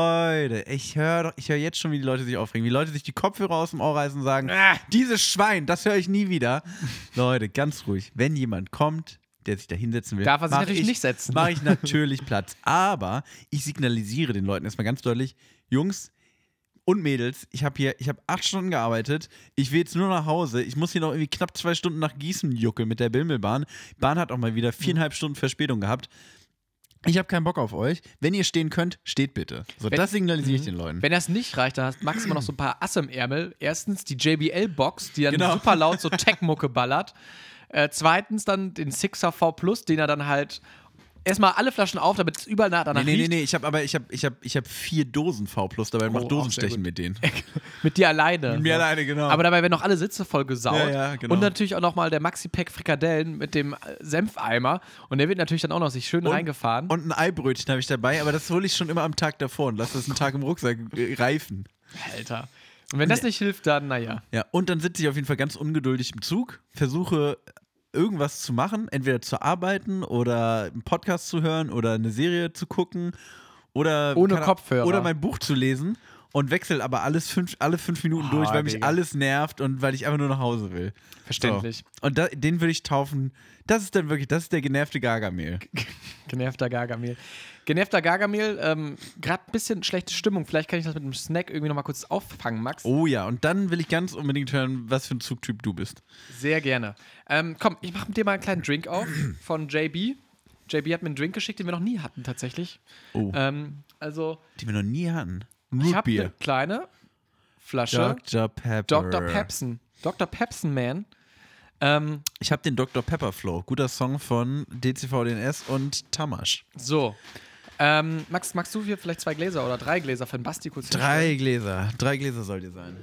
ich höre jetzt schon, wie die Leute sich aufregen, wie Leute sich die Kopfhörer aus dem Ohr reißen und sagen, dieses Schwein, das höre ich nie wieder. Leute, ganz ruhig, wenn jemand kommt, der sich da hinsetzen will, darf er sich natürlich nicht setzen. Mache ich natürlich Platz. Aber ich signalisiere den Leuten erstmal ganz deutlich, Jungs und Mädels, ich habe 8 Stunden gearbeitet, ich will jetzt nur nach Hause, ich muss hier noch irgendwie knapp 2 Stunden nach Gießen juckeln mit der Bimmelbahn. Die Bahn hat auch mal wieder 4,5 Stunden Verspätung gehabt. Ich habe keinen Bock auf euch. Wenn ihr stehen könnt, steht bitte. So, das signalisiere ich den Leuten. Wenn das nicht reicht, dann hat Max immer noch so ein paar Asse im Ärmel. Erstens die JBL-Box, die dann Genau. super laut so Tech-Mucke ballert. Zweitens dann den Sixer V Plus, den er dann halt erstmal alle Flaschen auf, damit es überall danach riecht. Nee, ich hab 4 Dosen V Plus dabei, mach Dosenstechen mit denen. Mit dir alleine. Mit mir alleine, genau. Aber dabei werden noch alle Sitze voll gesaut. Ja, genau. Und natürlich auch nochmal der Maxi-Pack Frikadellen mit dem Senfeimer. Und der wird natürlich dann auch noch sich schön reingefahren. Und ein Eibrötchen habe ich dabei, aber das hole ich schon immer am Tag davor und lasse das einen Tag im Rucksack reifen. Alter. Und wenn das nicht hilft, dann naja. Ja, und dann sitze ich auf jeden Fall ganz ungeduldig im Zug, versuche irgendwas zu machen, entweder zu arbeiten oder einen Podcast zu hören oder eine Serie zu gucken oder ohne Kopfhörer oder mein Buch zu lesen und wechsle aber alle 5 Minuten durch, weil mich alles nervt und weil ich einfach nur nach Hause will. Verständlich. So. Und den würde ich taufen. Das ist der genervte Gargamel. Genervter Gargamel. Genervter Gargamel, gerade ein bisschen schlechte Stimmung. Vielleicht kann ich das mit einem Snack irgendwie nochmal kurz auffangen, Max. Oh ja, und dann will ich ganz unbedingt hören, was für ein Zugtyp du bist. Sehr gerne. Komm, ich mache mit dir mal einen kleinen Drink auf von JB. JB hat mir einen Drink geschickt, den wir noch nie hatten tatsächlich. Oh. Die wir noch nie hatten. Ich habe eine kleine Flasche Dr. Pepper. Dr. Pepsin. Dr. Pepsin, man. Ich habe den Dr. Pepper Flow. Guter Song von DCVDNS und Tamasch. So. Max, magst du hier vielleicht 2 Gläser oder 3 Gläser für den Basti kurz 3 Gläser. 3 Gläser sollt ihr sein.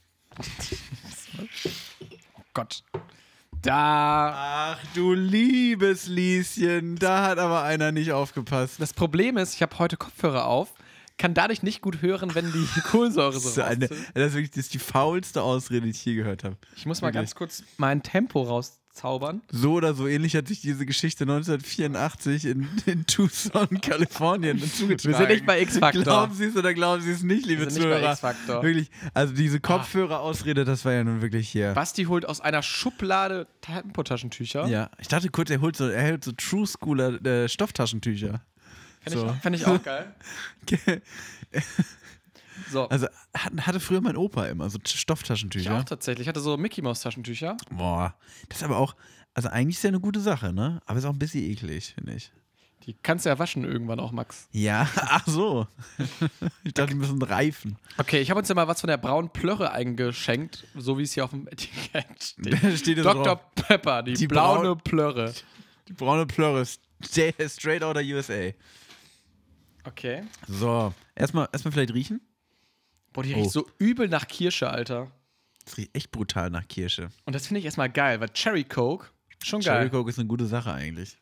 Oh Gott. Da. Ach du liebes Lieschen, da hat aber einer nicht aufgepasst. Das Problem ist, ich habe heute Kopfhörer auf, kann dadurch nicht gut hören, wenn die Kohlensäure so das ist die faulste Ausrede, die ich je gehört habe. Ich muss mal ganz kurz mein Tempo rauszaubern. So oder so ähnlich hat sich diese Geschichte 1984 in Tucson, Kalifornien zugetragen. Wir sind nicht bei X-Factor. Glauben Sie es oder glauben Sie es nicht, liebe Zuhörer? Nicht bei X-Factor. Wirklich, also diese Kopfhörer-Ausrede, das war ja nun wirklich hier. Basti holt aus einer Schublade Tempotaschentücher. Ja, ich dachte kurz, er hält so True Schooler Stofftaschentücher. Fände ich auch geil. So. Also hatte früher mein Opa immer so Stofftaschentücher. Ich auch tatsächlich. Ich hatte so Mickey-Maus-Taschentücher. Boah, das ist aber auch, also eigentlich ist ja eine gute Sache, ne? Aber ist auch ein bisschen eklig, finde ich. Die kannst du ja waschen irgendwann auch, Max. Ja, ach so. Ich dachte, die müssen reifen. Okay, ich habe uns ja mal was von der braunen Plörre eingeschenkt, so wie es hier auf dem Etikett steht. Steht Dr. drauf. Pepper, die blaue Plörre. Die braune Plörre, straight out of USA. Okay. So, erstmal vielleicht riechen. Boah, die riecht so übel nach Kirsche, Alter. Das riecht echt brutal nach Kirsche. Und das finde ich erstmal geil, weil Cherry Coke, schon geil. Cherry Coke ist eine gute Sache eigentlich.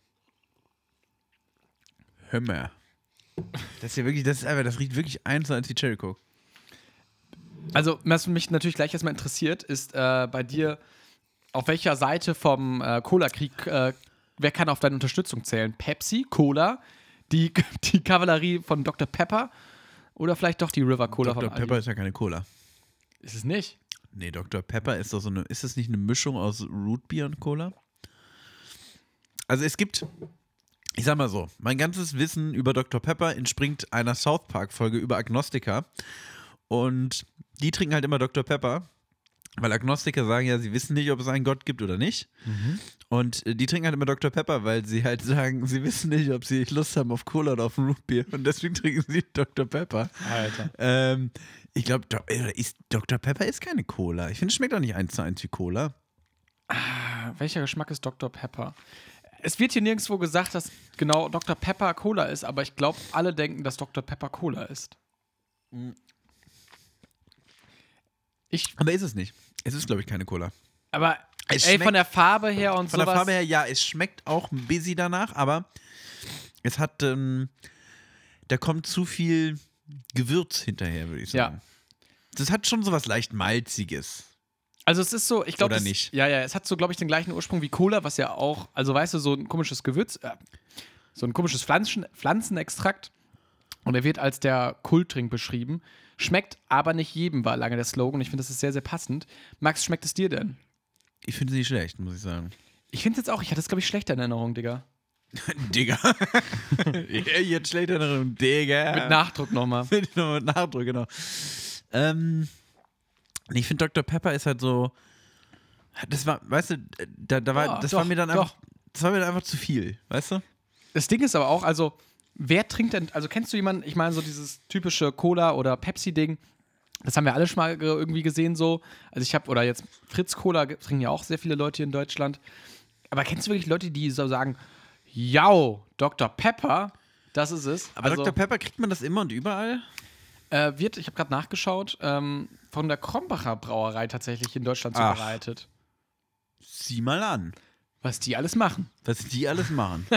Hör mal. Das ist ja wirklich, das riecht wirklich eins als die Cherry Coke. Also, was mich natürlich gleich erstmal interessiert, ist bei dir, auf welcher Seite vom Cola-Krieg, wer kann auf deine Unterstützung zählen? Pepsi, Cola, die Kavallerie von Dr. Pepper oder vielleicht doch die River Cola von Dr. Aldi? Pepper ist ja keine Cola. Ist es nicht? Nee, Dr. Pepper ist doch so eine, ist das nicht eine Mischung aus Rootbeer und Cola? Also es gibt Ich sag mal so, mein ganzes Wissen über Dr. Pepper entspringt einer South Park-Folge über Agnostiker. Und die trinken halt immer Dr. Pepper, weil Agnostiker sagen ja, sie wissen nicht, ob es einen Gott gibt oder nicht. Und die trinken halt immer Dr. Pepper, weil sie halt sagen, sie wissen nicht, ob sie Lust haben auf Cola oder auf ein Rootbeer. Und deswegen trinken sie Dr. Pepper. Alter. Ich glaube, Dr. Pepper ist keine Cola. Ich finde, es schmeckt auch nicht 1:1 wie Cola. Welcher Geschmack ist Dr. Pepper? Es wird hier nirgendwo gesagt, dass genau Dr. Pepper Cola ist, aber ich glaube, alle denken, dass Dr. Pepper Cola ist. Aber ist es nicht. Es ist, glaube ich, keine Cola. Aber Es ey, schmeckt- von der Farbe her und Von sowas. der Farbe her, ja, es schmeckt auch ein bisschen danach, aber es hat, da kommt zu viel Gewürz hinterher, würde ich sagen. Ja. Das hat schon sowas leicht Malziges. Also es ist so, ich glaube, Oder nicht? Ja, es hat so, glaube ich, den gleichen Ursprung wie Cola, was ja auch, also weißt du, so ein komisches Gewürz, so ein komisches Pflanzenextrakt. Und er wird als der Kulttrink beschrieben. Schmeckt aber nicht jedem, war lange der Slogan. Ich finde, das ist sehr, sehr passend. Max, schmeckt es dir denn? Ich finde sie nicht schlecht, muss ich sagen. Ich finde es jetzt auch, ich hatte es, glaube ich, schlechter in Erinnerung, Digga. Digga. Jetzt schlecht Erinnerung, Digga. Mit Nachdruck nochmal. Mit Nachdruck, genau. Ich finde, Dr. Pepper ist halt so. Das war, weißt du, war mir dann einfach. Das war mir dann einfach zu viel, weißt du? Das Ding ist aber auch, also, wer trinkt denn, also kennst du jemanden, ich meine, so dieses typische Cola- oder Pepsi-Ding, das haben wir alle schon mal irgendwie gesehen so. Also ich habe, oder jetzt Fritz Cola trinken ja auch sehr viele Leute hier in Deutschland. Aber kennst du wirklich Leute, die so sagen, yo, Dr. Pepper, das ist es. Aber also, Dr. Pepper, kriegt man das immer und überall? ich habe gerade nachgeschaut, von der Krombacher Brauerei tatsächlich in Deutschland Ach. zubereitet. Sieh mal an, Was die alles machen. was die alles machen.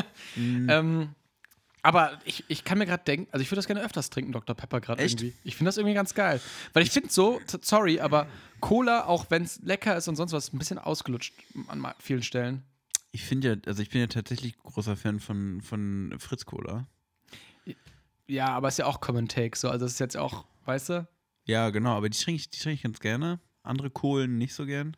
Aber ich kann mir gerade denken, also ich würde das gerne öfters trinken, Dr. Pepper gerade Echt? irgendwie. Ich finde das irgendwie ganz geil. Weil ich finde so, sorry, aber Cola, auch wenn es lecker ist und sonst was, ein bisschen ausgelutscht an vielen Stellen. Ich finde ja, also ich bin ja tatsächlich großer Fan von Fritz Cola. Ja, aber ist ja auch Common Take, so. Also das ist jetzt auch, weißt du? Ja, genau, aber die trinke ich ganz gerne. Andere Kohlen nicht so gern.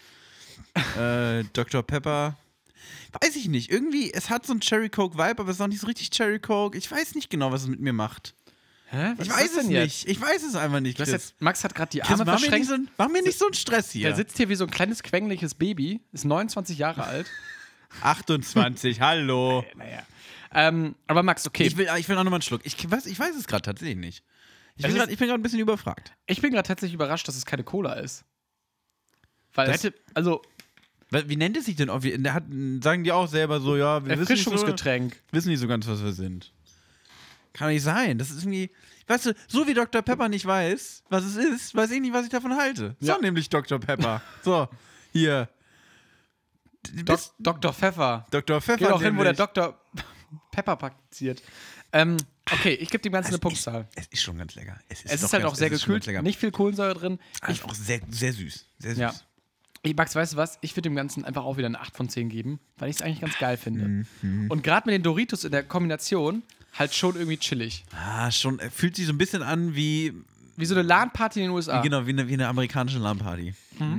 Dr. Pepper. Weiß ich nicht. Irgendwie, es hat so einen Cherry Coke Vibe, aber es ist auch nicht so richtig Cherry Coke. Ich weiß nicht genau, was es mit mir macht. Hä? Ich weiß es nicht. Ich weiß es einfach nicht, Du hast Chris. jetzt, Max hat gerade die Chris, Arme verschränkt. mach mir nicht so einen Stress hier. Der sitzt hier wie so ein kleines, quengliches Baby, ist 29 Jahre alt. 28, hallo. Naja. Aber Max, okay. Ich will auch nochmal einen Schluck. Ich weiß es gerade tatsächlich nicht. Ich Es bin ist- gerade ein bisschen überfragt. Ich bin gerade tatsächlich überrascht, dass es keine Cola ist. Weil Das- Wie nennt es sich denn? Sagen die auch selber so, ja, wir Erfrischungsgetränk. wissen nicht so ganz, was wir sind. Kann nicht sein. Das ist irgendwie, weißt du, so wie Dr. Pepper nicht weiß, was es ist, weiß ich nicht, was ich davon halte. Ja. So nämlich Dr. Pepper. So, hier. Dr. Pfeffer. Dr. Pfeffer Geh doch hin, wo der nämlich. Dr. Pepper praktiziert. Okay, ich gebe dem Ganzen eine Punktzahl. Es ist schon ganz lecker. Es doch ist halt ganz- auch sehr es ist schon gekühlt, ganz lecker. nicht viel Kohlensäure drin. Ist auch sehr, sehr süß. Sehr süß. Ja. Max, weißt du was? Ich würde dem Ganzen einfach auch wieder eine 8 von 10 geben, weil ich es eigentlich ganz geil finde. Und gerade mit den Doritos in der Kombination halt schon irgendwie chillig. Schon, fühlt sich so ein bisschen an wie, Wie so eine LAN-Party in den USA. genau, wie eine amerikanische LAN-Party.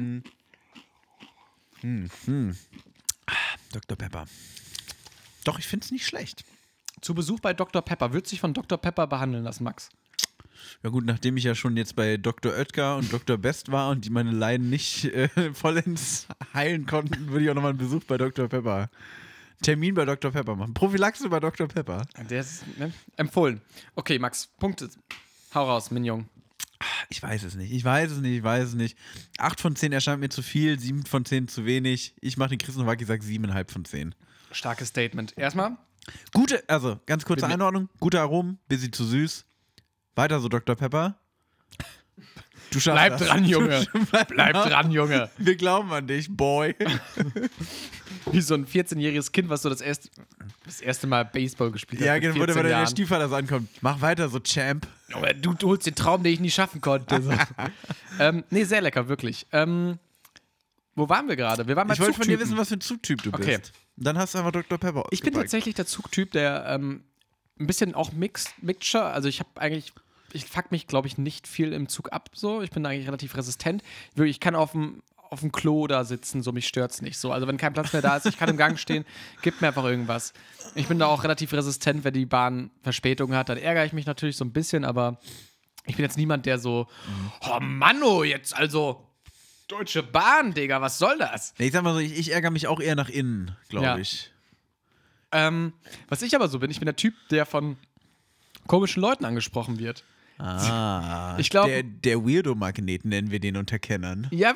Dr. Pepper. Doch, ich finde es nicht schlecht. Zu Besuch bei Dr. Pepper. Wird sich von Dr. Pepper behandeln lassen, Max? Ja gut, nachdem ich ja schon jetzt bei Dr. Oetker und Dr. Best war und die meine Leiden nicht vollends heilen konnten, würde ich auch nochmal einen Besuch bei Dr. Pepper. Termin bei Dr. Pepper machen. Prophylaxe bei Dr. Pepper. Der ist empfohlen. Okay, Max, Punkte. Hau raus, Mignon. Ich weiß es nicht. 8 von 10 erscheint mir zu viel, 7 von 10 zu wenig. Ich mache den Chris Nowacki, sag 7,5 von 10. Starkes Statement. Erstmal, Also ganz kurze Einordnung. Gute Aromen, bisschen zu süß. Weiter so, Dr. Pepper. Du schaffst bleib das. dran, Junge. Bleib dran, Junge. Wir glauben an dich, Boy. Wie so ein 14-jähriges Kind, was so das erste Mal Baseball gespielt hat. Ja, mit genau, wo 14 der Jahren. Stiefvater so ankommt. Mach weiter so, Champ. Aber du holst den Traum, den ich nie schaffen konnte. So. Nee, sehr lecker, wirklich. Wo waren wir gerade? Wir waren bei Ich wollte von dir Zugtypen. wissen, was für ein Zugtyp du Okay. bist. Dann hast du einfach Dr. Pepper Ich bin ausgepackt. tatsächlich der Zugtyp, der ein bisschen auch Mixture, also ich fuck mich, glaube ich, nicht viel im Zug ab, so. Ich bin eigentlich relativ resistent. Ich kann auf auf dem Klo da sitzen, so mich stört's nicht so. Also wenn kein Platz mehr da ist, ich kann im Gang stehen, gib mir einfach irgendwas. Ich bin da auch relativ resistent, wenn die Bahn Verspätung hat, dann ärgere ich mich natürlich so ein bisschen, aber ich bin jetzt niemand, der so, oh Manno, jetzt also Deutsche Bahn, Digga, was soll das? Nee, ich sag mal so, ich ärgere mich auch eher nach innen, glaube Ja. ich. Was ich aber so bin, ich bin der Typ, der von komischen Leuten angesprochen wird. Ich glaube, der Weirdo-Magnet nennen wir den unter Kennern. ja,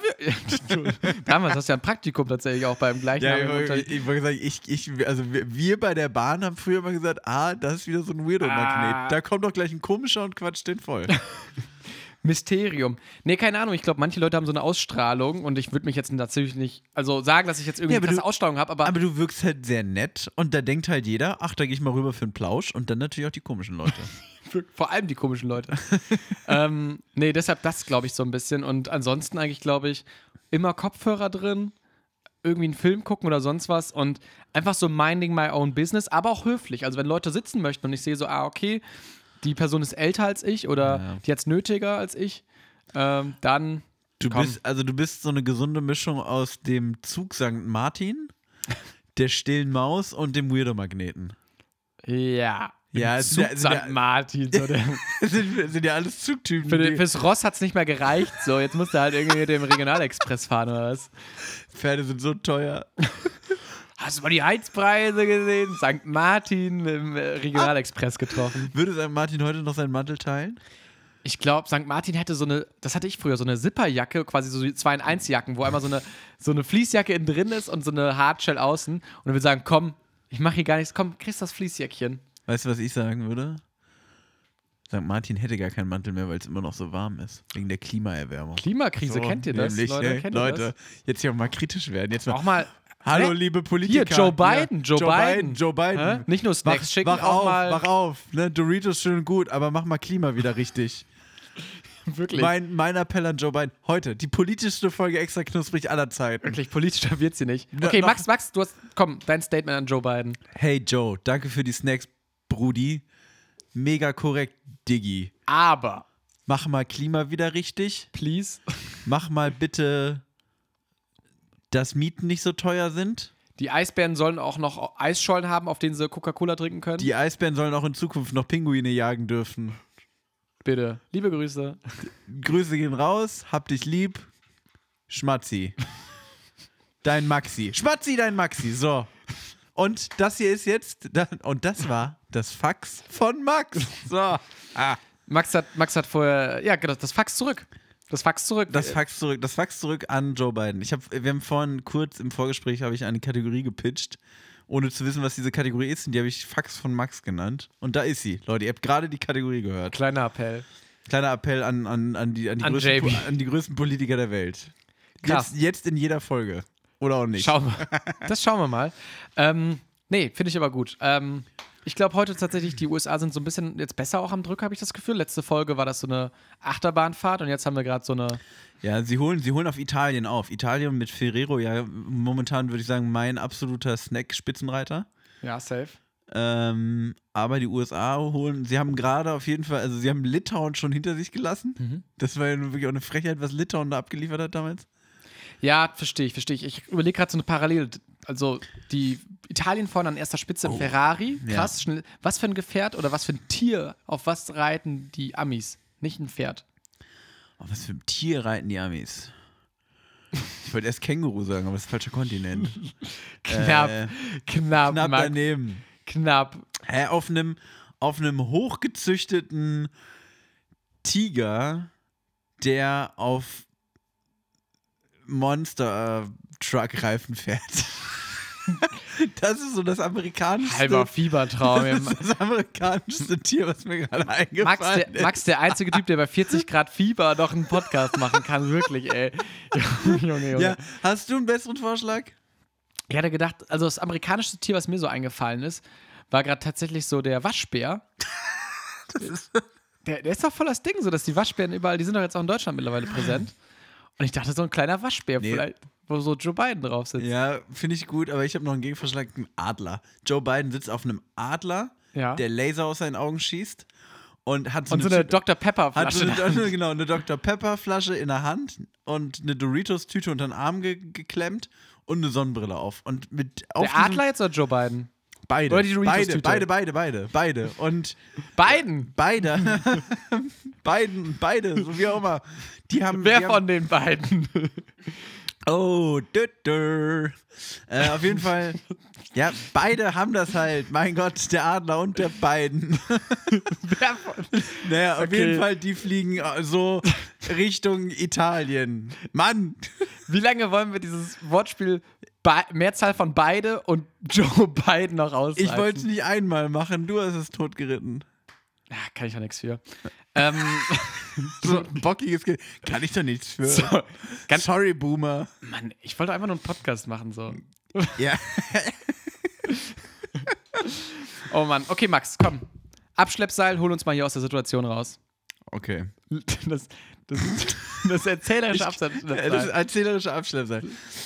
damals hast du ja ein Praktikum tatsächlich auch beim gleichen. Ich wollte sagen, also wir bei der Bahn haben früher mal gesagt, das ist wieder so ein Weirdo-Magnet. Da kommt doch gleich ein komischer und quatscht den voll. Mysterium. Nee, keine Ahnung. Ich glaube, manche Leute haben so eine Ausstrahlung und ich würde mich jetzt natürlich nicht, also sagen, dass ich jetzt irgendwie eine krasse Ausstrahlung habe, aber du wirkst halt sehr nett und da denkt halt jeder, ach, da gehe ich mal rüber für einen Plausch und dann natürlich auch die komischen Leute. Vor allem die komischen Leute. Nee, deshalb das, glaube ich, so ein bisschen. Und ansonsten eigentlich, glaube ich, immer Kopfhörer drin, irgendwie einen Film gucken oder sonst was und einfach so minding my own business, aber auch höflich. Also wenn Leute sitzen möchten und ich sehe so, okay, die Person ist älter als ich oder die hat es nötiger als ich, dann Du bist so eine gesunde Mischung aus dem Zug St. Martin, der stillen Maus und dem Weirdo-Magneten. Ja. Ja, Zug St. Martin. So sind ja alles Zugtypen. Fürs Ross hat es nicht mehr gereicht. So, jetzt musst du halt irgendwie mit dem Regionalexpress fahren oder was? Pferde sind so teuer. Hast du mal die Heizpreise gesehen? St. Martin im Regionalexpress getroffen. Würde St. Martin heute noch seinen Mantel teilen? Ich glaube, St. Martin hätte das hatte ich früher, so eine Zipperjacke, quasi so 2-in-1-Jacken, wo einmal so eine Fließjacke innen drin ist und so eine Hardshell außen. Und er würde sagen, komm, ich mache hier gar nichts, komm, kriegst das Fließjäckchen. Weißt du, was ich sagen würde? St. Martin hätte gar keinen Mantel mehr, weil es immer noch so warm ist. Wegen der Klimaerwärmung. Klimakrise, so, kennt ihr das? Nämlich, Leute, kennt ihr das? Jetzt hier auch mal kritisch werden. Jetzt auch mal. Hallo, liebe Politiker. Hier, Joe Biden. Joe Biden. Nicht nur Snacks schicken, wach auch auf, mal. Wach auf. Ne? Doritos schön und gut, aber mach mal Klima wieder richtig. Wirklich. Mein Appell an Joe Biden. Heute, die politischste Folge extra knusprig aller Zeiten. Wirklich, politischer wird sie nicht. Okay, Max, komm, dein Statement an Joe Biden. Hey Joe, danke für die Snacks, Brudi. Mega korrekt, Diggi. Aber. Mach mal Klima wieder richtig. Please. Mach mal bitte, dass Mieten nicht so teuer sind. Die Eisbären sollen auch noch Eisschollen haben, auf denen sie Coca-Cola trinken können. Die Eisbären sollen auch in Zukunft noch Pinguine jagen dürfen. Bitte. Liebe Grüße. Grüße gehen raus. Hab dich lieb. Schmatzi. Dein Maxi. Schmatzi, dein Maxi. So. Und das hier ist jetzt, und das war das Fax von Max. So. Max hat vorher, ja, genau, das Fax zurück. Das Fax zurück an Joe Biden. Wir haben vorhin kurz im Vorgespräch habe ich eine Kategorie gepitcht, ohne zu wissen, was diese Kategorie ist. Und die habe ich Fax von Max genannt. Und da ist sie. Leute, ihr habt gerade die Kategorie gehört. Kleiner Appell an die größten Politiker der Welt. Krass. Jetzt in jeder Folge. Oder auch nicht. Das schauen wir mal. Nee, finde ich aber gut. Ich glaube heute tatsächlich, die USA sind so ein bisschen jetzt besser auch am Drücker, habe ich das Gefühl. Letzte Folge war das so eine Achterbahnfahrt und jetzt haben wir gerade so eine. Ja, sie holen auf Italien auf. Italien mit Ferrero, ja, momentan würde ich sagen, mein absoluter Snack-Spitzenreiter. Ja, safe. Aber die USA sie haben gerade auf jeden Fall, also sie haben Litauen schon hinter sich gelassen. Mhm. Das war ja nun wirklich auch eine Frechheit, was Litauen da abgeliefert hat damals. Ja, verstehe ich. Ich überlege gerade so eine Parallele. Also die Italien vorne an erster Spitze im Ferrari. Krass, schnell. Was für ein Gefährt oder was für ein Tier, auf was reiten die Amis? Nicht ein Pferd. Auf was für ein Tier reiten die Amis? Ich wollte erst Känguru sagen, aber das ist falscher Kontinent. Knapp daneben. Knapp. Auf einem hochgezüchteten Tiger, der auf Monster-Truck-Reifen fährt. Das ist so das amerikanischste. Halber Fiebertraum. Das ist das amerikanischste Tier, was mir gerade eingefallen ist. Max, der einzige Typ, der bei 40 Grad Fieber noch einen Podcast machen kann. Wirklich, ey. Junge. Ja, hast du einen besseren Vorschlag? Ich hatte gedacht, also das amerikanischste Tier, was mir so eingefallen ist, war gerade tatsächlich so der Waschbär. Der ist doch voll das Ding, so dass die Waschbären überall, die sind doch jetzt auch in Deutschland mittlerweile präsent. Und ich dachte, so ein kleiner Waschbär vielleicht, wo so Joe Biden drauf sitzt. Ja, finde ich gut, aber ich habe noch einen Gegenvorschlag, einen Adler. Joe Biden sitzt auf einem Adler, der Laser aus seinen Augen schießt und hat so Und so eine Dr. Pepper-Flasche. Genau, eine Dr. Pepper-Flasche in der Hand und eine Doritos-Tüte unter den Arm geklemmt und eine Sonnenbrille auf. Und Der Adler jetzt oder Joe Biden? Beide. Oder die Doritos-Tüte? Beide. Und Biden? beide. Beide, so wie auch immer. Wer von den beiden? Oh, auf jeden Fall, ja, beide haben das halt. Mein Gott, der Adler und der Biden. Wer von? Naja, auf jeden Fall, die fliegen so Richtung Italien. Mann! Wie lange wollen wir dieses Wortspiel Mehrzahl von beide und Joe Biden noch ausreißen? Ich wollte es nicht einmal machen, du hast es totgeritten. Ja, kann ich doch nichts für. So ein bockiges kann ich doch nichts für. So, Sorry, Boomer. Mann, ich wollte einfach nur einen Podcast machen, so. Ja. Oh Mann, okay, Max, komm. Abschleppseil, hol uns mal hier aus der Situation raus. Okay. Das erzählerische Abschleppseil. Das erzählerische Abschleppseil.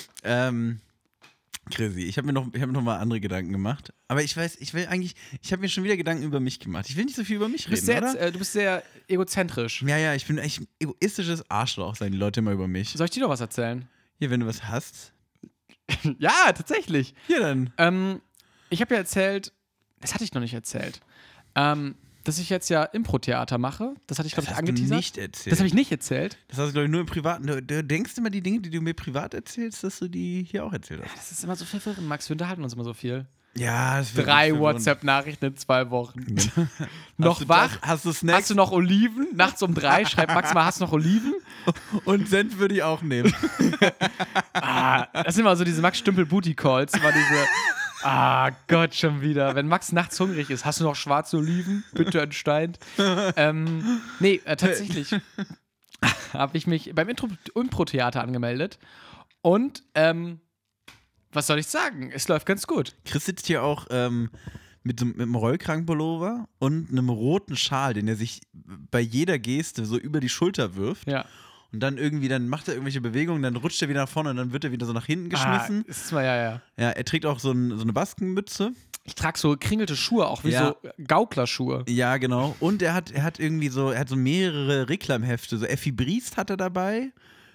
Chrissy, ich hab mir noch mal andere Gedanken gemacht. Aber ich habe mir schon wieder Gedanken über mich gemacht. Ich will nicht so viel über mich reden, oder? Du bist sehr egozentrisch. Ja, ich bin echt ein egoistisches Arschloch, sagen die Leute immer über mich. Soll ich dir noch was erzählen? Hier, wenn du was hast. Ja, tatsächlich. Hier dann. Ich habe ja erzählt, das hatte ich noch nicht erzählt, dass ich jetzt ja Impro-Theater mache. Das hatte ich, glaube ich, angeteasert. Das hast du nicht erzählt. Das habe ich nicht erzählt. Das hast du, glaube ich, nur im Privaten. Du denkst immer, die Dinge, die du mir privat erzählst, dass du die hier auch erzählt hast. Das ist immer so verwirrend, Max. Wir unterhalten uns immer so viel. Ja, das wird 3 WhatsApp-Nachrichten in 2 Wochen. Noch du wach? Hast du Snacks? Hast du noch Oliven? Nachts um 3 schreibt Max mal, hast du noch Oliven? Und Senf würde ich auch nehmen. Das sind immer so diese Max-Stümpel-Booty-Calls. Immer diese, Gott, schon wieder. Wenn Max nachts hungrig ist, hast du noch schwarze Oliven? Bitte entsteint. Tatsächlich habe ich mich beim Impro-Theater angemeldet. Und, was soll ich sagen? Es läuft ganz gut. Chris sitzt hier auch mit einem Rollkragenpullover und einem roten Schal, den er sich bei jeder Geste so über die Schulter wirft. Ja. Und dann macht er irgendwelche Bewegungen, dann rutscht er wieder nach vorne und dann wird er wieder so nach hinten geschmissen. Ja. Ja, er trägt auch so eine Baskenmütze. Ich trage so kringelte Schuhe, auch wie so Gauklerschuhe. Ja, genau. Und er hat so mehrere Reklamhefte. So Effi Briest hat er dabei.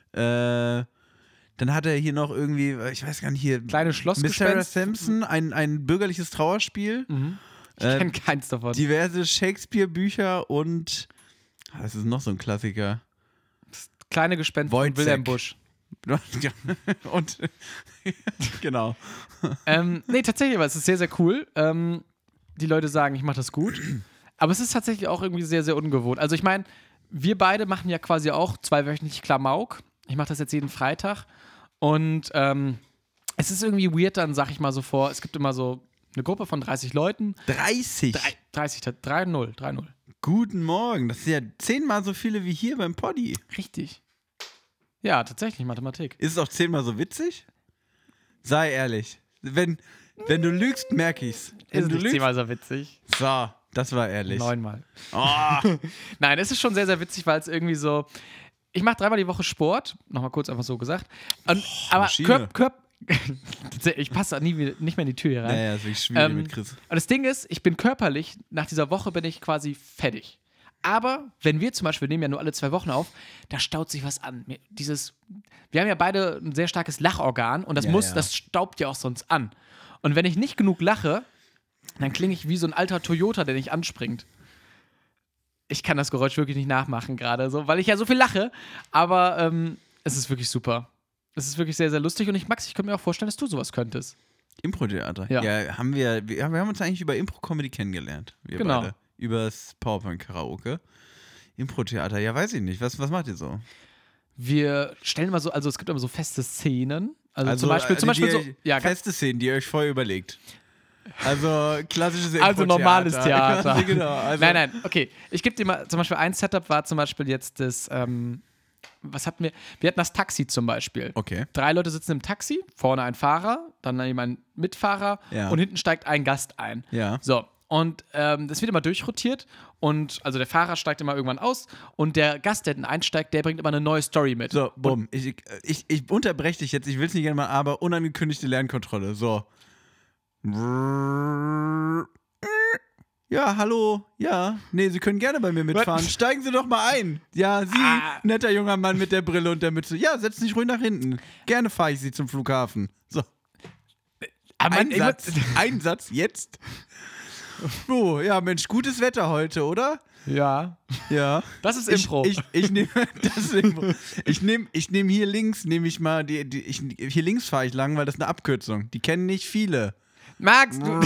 Dann hat er hier noch irgendwie, ich weiß gar nicht, hier Kleine Schlossgespenst. Mr. Sampson, ein bürgerliches Trauerspiel. Mhm. Ich kenne keins davon. Diverse Shakespeare-Bücher und was ist noch so ein Klassiker? Das kleine Gespenst von Wilhelm Busch. Und genau. Tatsächlich, aber es ist sehr, sehr cool. Die Leute sagen, ich mache das gut. Aber es ist tatsächlich auch irgendwie sehr, sehr ungewohnt. Also ich meine, wir beide machen ja quasi auch 2-wöchentlich Klamauk. Ich mache das jetzt jeden Freitag. Und es ist irgendwie weird dann, sag ich mal so vor, es gibt immer so eine Gruppe von 30 Leuten. 30? 3-0. Guten Morgen, das sind ja 10-mal so viele wie hier beim Poddy. Richtig. Ja, tatsächlich, Mathematik. Ist es auch 10-mal so witzig? Sei ehrlich. Wenn du lügst, merke ich's. Ist nicht 10-mal so witzig. So, das war ehrlich. 9-mal. Oh. Nein, es ist schon sehr, sehr witzig, weil es irgendwie so. Ich mache 3-mal die Woche Sport, nochmal kurz einfach so gesagt. Aber ich passe nicht mehr in die Tür hier rein. Naja, ist wirklich schwierig mit Chris. Und das Ding ist, ich bin körperlich, nach dieser Woche bin ich quasi fertig. Aber wenn wir zum Beispiel, nehmen ja nur alle 2 Wochen auf, da staut sich was an. Wir haben ja beide ein sehr starkes Lachorgan und das staubt ja auch sonst an. Und wenn ich nicht genug lache, dann klinge ich wie so ein alter Toyota, der nicht anspringt. Ich kann das Geräusch wirklich nicht nachmachen gerade, so, weil ich ja so viel lache. Aber es ist wirklich super. Es ist wirklich sehr, sehr lustig. Und Max, ich könnte mir auch vorstellen, dass du sowas könntest. Impro-Theater? Ja. Ja, wir haben uns eigentlich über Impro-Comedy kennengelernt. Wir genau. beide. Übers PowerPoint-Karaoke. Impro-Theater, ja, weiß ich nicht. Was macht ihr so? Wir stellen immer so, also es gibt immer so feste Szenen. Also zum Beispiel so. Ja, feste Szenen, die ihr euch vorher überlegt. Also klassisches Impro-Theater. Also normales Theater. Genau, Nein, okay. Ich gebe dir mal, zum Beispiel ein Setup war zum Beispiel jetzt das, was hatten wir? Wir hatten das Taxi zum Beispiel. Okay. 3 Leute sitzen im Taxi, vorne ein Fahrer, dann jemand Mitfahrer und hinten steigt ein Gast ein. Ja. So. Und das wird immer durchrotiert und also der Fahrer steigt immer irgendwann aus und der Gast, der dann einsteigt, der bringt immer eine neue Story mit. So, bumm. Ich unterbreche dich jetzt, ich will es nicht gerne mal, aber unangekündigte Lernkontrolle. So. Ja, hallo. Ja. Nee, Sie können gerne bei mir mitfahren. Steigen Sie doch mal ein. Ja, Sie, netter junger Mann mit der Brille und der Mütze. Ja, setzen Sie sich ruhig nach hinten. Gerne fahre ich Sie zum Flughafen. So. Ein Satz, jetzt. Oh, ja, Mensch, gutes Wetter heute, oder? Ja. Ja. Das ist Impro. Ich nehme hier links, nehme ich mal, hier links fahre ich lang, weil das ist eine Abkürzung. Die kennen nicht viele. Max, du.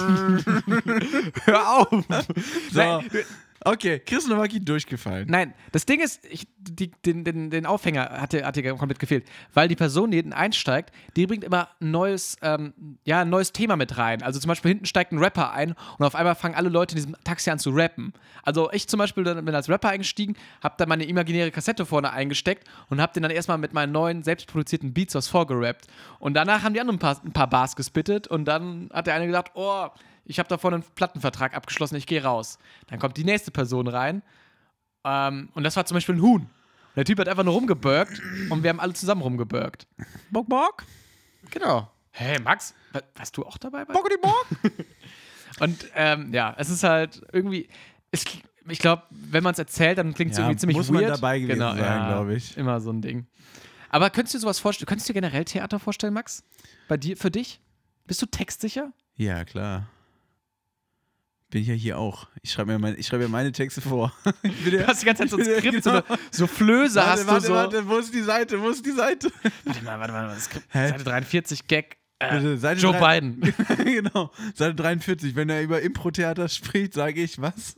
Hör auf. So. Nein, Okay, Chris Nowacki durchgefallen. nein, das Ding ist, den Aufhänger hat dir komplett gefehlt. Weil die Person, die hinten einsteigt, die bringt immer ein neues Thema mit rein. Also zum Beispiel hinten steigt ein Rapper ein und auf einmal fangen alle Leute in diesem Taxi an zu rappen. Also ich zum Beispiel bin als Rapper eingestiegen, habe dann meine imaginäre Kassette vorne eingesteckt und habe den dann erstmal mit meinen neuen, selbstproduzierten Beats was vorgerappt. Und danach haben die anderen ein paar Bars gespittet und dann hat der eine gesagt, oh, ich habe da vorne einen Plattenvertrag abgeschlossen, ich gehe raus. Dann kommt die nächste Person rein und das war zum Beispiel ein Huhn. Und der Typ hat einfach nur rumgebürgt und wir haben alle zusammen rumgebürgt. Bock, bock. Genau. Hey, Max, warst du auch dabei? Bock die Bock. Und es ist halt irgendwie, ich glaube, wenn man es erzählt, dann klingt es irgendwie ziemlich muss weird. man dabei gewesen sein, glaube ich. Immer so ein Ding. Aber könntest du dir sowas vorstellen? Könntest du dir generell Theater vorstellen, Max? Für dich? Bist du textsicher? Ja, klar. Bin ich ja hier auch. Ich schreibe ja meine Texte vor. Du hast die ganze Zeit so ein Skript, so Flöße hast du so. Warte, wo ist die Seite? Warte mal, das Skript. Seite 43, Gag. Seite Joe Biden. Genau, Seite 43. Wenn er über Impro-Theater spricht, sage ich was.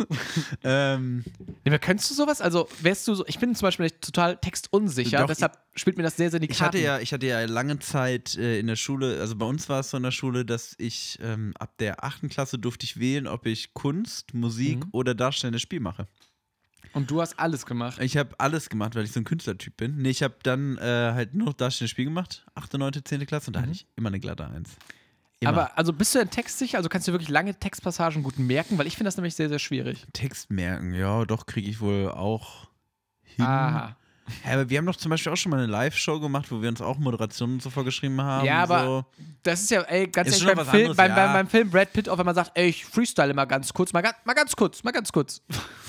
Aber könntest du sowas? Also wärst du so, ich bin zum Beispiel total textunsicher, Doch, deshalb spielt mir das sehr, sehr die Karten. Ich hatte ja lange Zeit in der Schule, also bei uns war es so in der Schule, dass ich ab der 8. Klasse durfte ich wählen, ob ich Kunst, Musik oder darstellendes Spiel mache. Und du hast alles gemacht? Ich habe alles gemacht, weil ich so ein Künstlertyp bin. Nee, ich habe dann halt nur noch darstellendes Spiel gemacht, 8., 9., 10. Klasse, und da hatte ich immer eine glatte 1. Immer. Aber also bist du denn textsicher? Also kannst du wirklich lange Textpassagen gut merken? Weil ich finde das nämlich sehr, sehr schwierig. Text merken, ja, doch, kriege ich wohl auch hin. Aha. Ja, aber wir haben doch zum Beispiel auch schon mal eine Live-Show gemacht, wo wir uns auch Moderationen und so vorgeschrieben haben. Ja, aber so. das ist ja, ganz Ist ehrlich, schon was anderes, beim Film Brad Pitt, auch wenn man sagt, ey, ich freestyle mal ganz kurz. Das Muss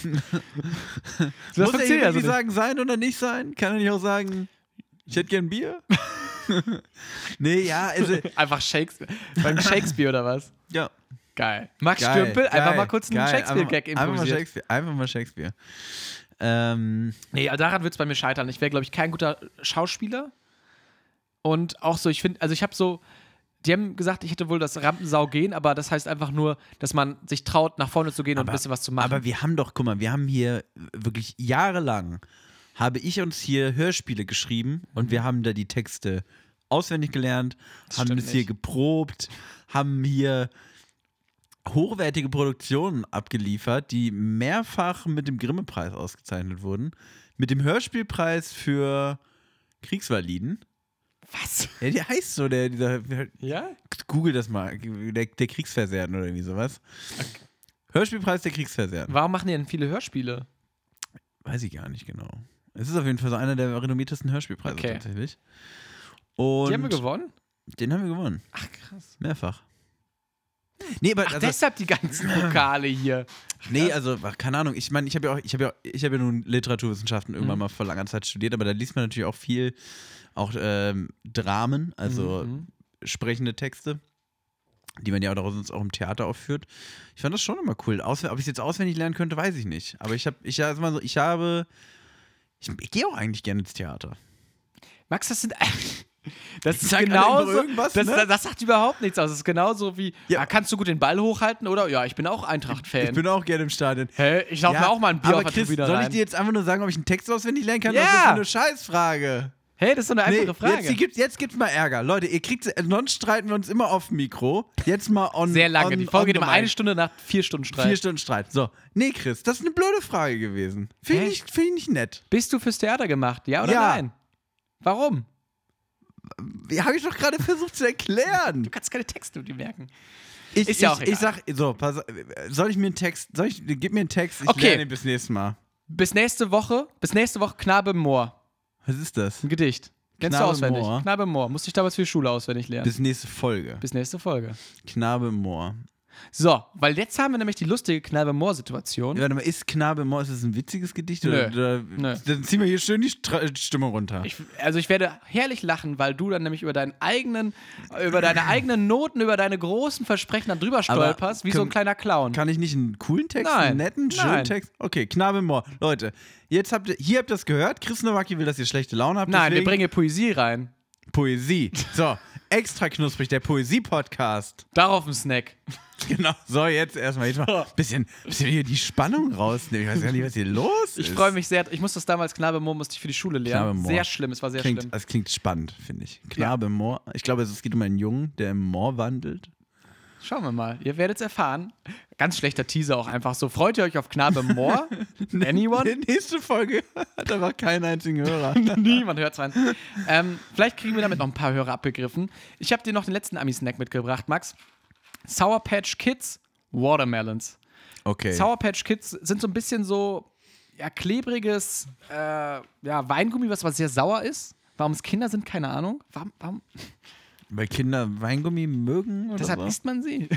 er funktioniert irgendwie sagen, sein oder nicht sein? Kann er nicht auch sagen, ich hätte gern Bier? Nee, ja, also. Einfach Shakespeare. Beim Shakespeare oder was? Ja. Geil. Max Stümpel, einfach mal kurz einen Shakespeare-Gag improvisiert. Einfach mal Shakespeare. Nee, daran wird es bei mir scheitern. Ich wäre, glaube ich, kein guter Schauspieler. Und auch so, ich finde, also ich habe so, die haben gesagt, ich hätte wohl das Rampensau gehen, aber das heißt einfach nur, dass man sich traut, nach vorne zu gehen und ein bisschen was zu machen. Aber wir haben doch, guck mal, wir haben hier wirklich jahrelang, habe ich uns hier Hörspiele geschrieben und wir haben da die Texte auswendig gelernt, haben es hier geprobt, haben hier hochwertige Produktionen abgeliefert, die mehrfach mit dem Grimme-Preis ausgezeichnet wurden. Mit dem Hörspielpreis für Kriegsvaliden. Was? Ja, der heißt so, Ja? Google das mal, der Kriegsversehrten oder irgendwie sowas. Okay. Hörspielpreis der Kriegsversehrten. Warum machen die denn viele Hörspiele? Weiß ich gar nicht genau. Es ist auf jeden Fall so einer der renommiertesten Hörspielpreise tatsächlich. Und die haben wir gewonnen? Den haben wir gewonnen. Ach, krass. Mehrfach. Nee, aber deshalb die ganzen Vokale hier. Nee, also, keine Ahnung. Ich meine, ich habe ja nun Literaturwissenschaften irgendwann mal vor langer Zeit studiert, aber da liest man natürlich auch viel, auch Dramen, also sprechende Texte, die man ja auch im Theater aufführt. Ich fand das schon immer cool. Ob ich es jetzt auswendig lernen könnte, weiß ich nicht. Aber ich gehe auch eigentlich gerne ins Theater. Max, das ist genauso, das sagt überhaupt nichts aus. Das ist genauso wie, kannst du gut den Ball hochhalten, oder? Ja, ich bin auch Eintracht-Fan. Ich bin auch gerne im Stadion. Hä? Ich laufe mir auch mal ein Bier auf der Tribüne rein. Soll ich dir jetzt einfach nur sagen, ob ich einen Text auswendig lernen kann? Ja. Das ist so eine Scheißfrage. Hey, das ist so eine einfache Frage. Jetzt gibt's mal Ärger. Leute, sonst streiten wir uns immer auf dem Mikro. Jetzt mal Sehr lange. Die Folge geht immer 1 Stunde nach 4 Stunden Streit. 4 Stunden Streit. So. Nee, Chris, das ist eine blöde Frage gewesen. Finde ich nicht nett. Bist du fürs Theater gemacht? Ja oder nein? Warum? Habe ich doch gerade versucht zu erklären. Du kannst keine Texte mit dir merken. Ist ja auch egal. Ich sag, so, gib mir einen Text, ich lerne ihn bis nächstes Mal. Bis nächste Woche Knabe im Moor. Was ist das? Ein Gedicht. Kennst du auswendig? Knabe im Moor. Musste ich damals für die Schule auswendig lernen. Bis nächste Folge. Knabe im Moor. So, weil jetzt haben wir nämlich die lustige Kneipe-Moor-Situation. Warte mal, ist Knabe Moor, ist das ein witziges Gedicht? Nö. Oder dann ziehen wir hier schön die Stimmung runter. Ich werde herrlich lachen, weil du dann nämlich über deine eigenen Noten, über deine großen Versprechen dann drüber stolperst, wie so ein kleiner Clown. Kann ich nicht einen coolen Text, Nein. einen netten, schönen Nein. Text? Okay, Knabe Moor. Leute, habt ihr das gehört. Chris Nowacki will, dass ihr schlechte Laune habt. Nein, wir deswegen bringen hier Poesie rein. Poesie. So, extra knusprig, der Poesie-Podcast. Darauf ein Snack. Genau. So, jetzt erstmal ein bisschen hier die Spannung rausnehmen. Ich weiß gar nicht, was hier los ist. Ich freue mich sehr. Ich muss das damals, Knabe Moor, musste ich für die Schule lernen. Knabe Moor. Sehr schlimm, es war sehr schlimm. Es klingt spannend, finde ich. Knabe Moor. Ich glaube, es geht um einen Jungen, der im Moor wandelt. Schauen wir mal. Ihr werdet es erfahren. Ganz schlechter Teaser auch einfach so. Freut ihr euch auf Knabe Moor? Anyone? Die nächste Folge hat aber keinen einzigen Hörer. Niemand hört es rein. Vielleicht kriegen wir damit noch ein paar Hörer abgegriffen. Ich habe dir noch den letzten Ami-Snack mitgebracht, Max. Sour Patch Kids Watermelons. Okay. Sour Patch Kids sind so ein bisschen so klebriges Weingummi, was aber sehr sauer ist. Warum es Kinder sind, keine Ahnung. Warum? Weil Kinder Weingummi mögen oder Deshalb so? isst man sie.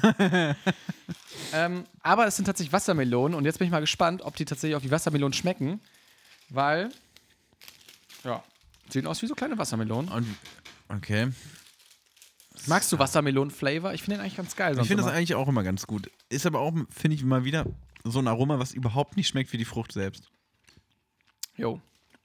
Aber es sind tatsächlich Wassermelonen und jetzt bin ich mal gespannt, ob die tatsächlich auf die Wassermelonen schmecken, weil, sehen aus wie so kleine Wassermelonen. Okay. Magst du Wassermelonen-Flavor? Ich finde den eigentlich ganz geil. Ich finde das eigentlich auch immer ganz gut. Ist aber auch, finde ich, mal wieder so ein Aroma, was überhaupt nicht schmeckt wie die Frucht selbst. Jo.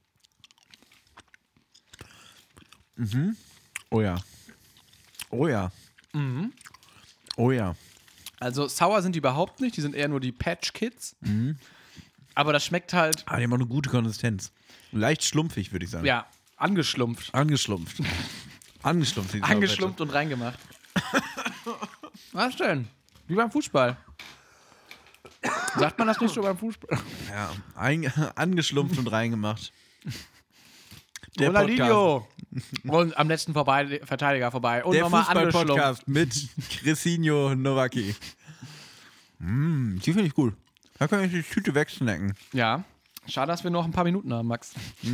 Oh ja. Oh ja. Oh ja. Also sauer sind die überhaupt nicht, die sind eher nur die Patch Kids. Aber das schmeckt halt, Ah, die haben auch eine gute Konsistenz. Leicht schlumpfig, würde ich sagen. ja, angeschlumpft. Angeschlumpft. Angeschlumpft. die Angeschlumpft und reingemacht. Was denn? Wie beim Fußball. Sagt man das nicht so beim Fußball? Ja, angeschlumpft und reingemacht. Der Ronaldinho. Und am letzten Verteidiger vorbei. Und Der nochmal angeschlumpft. Fußball-Podcast mit Chrisinho Nowacki. Die finde ich gut. Da kann ich die Tüte wegsnacken. Ja. Schade, dass wir noch ein paar Minuten haben, Max.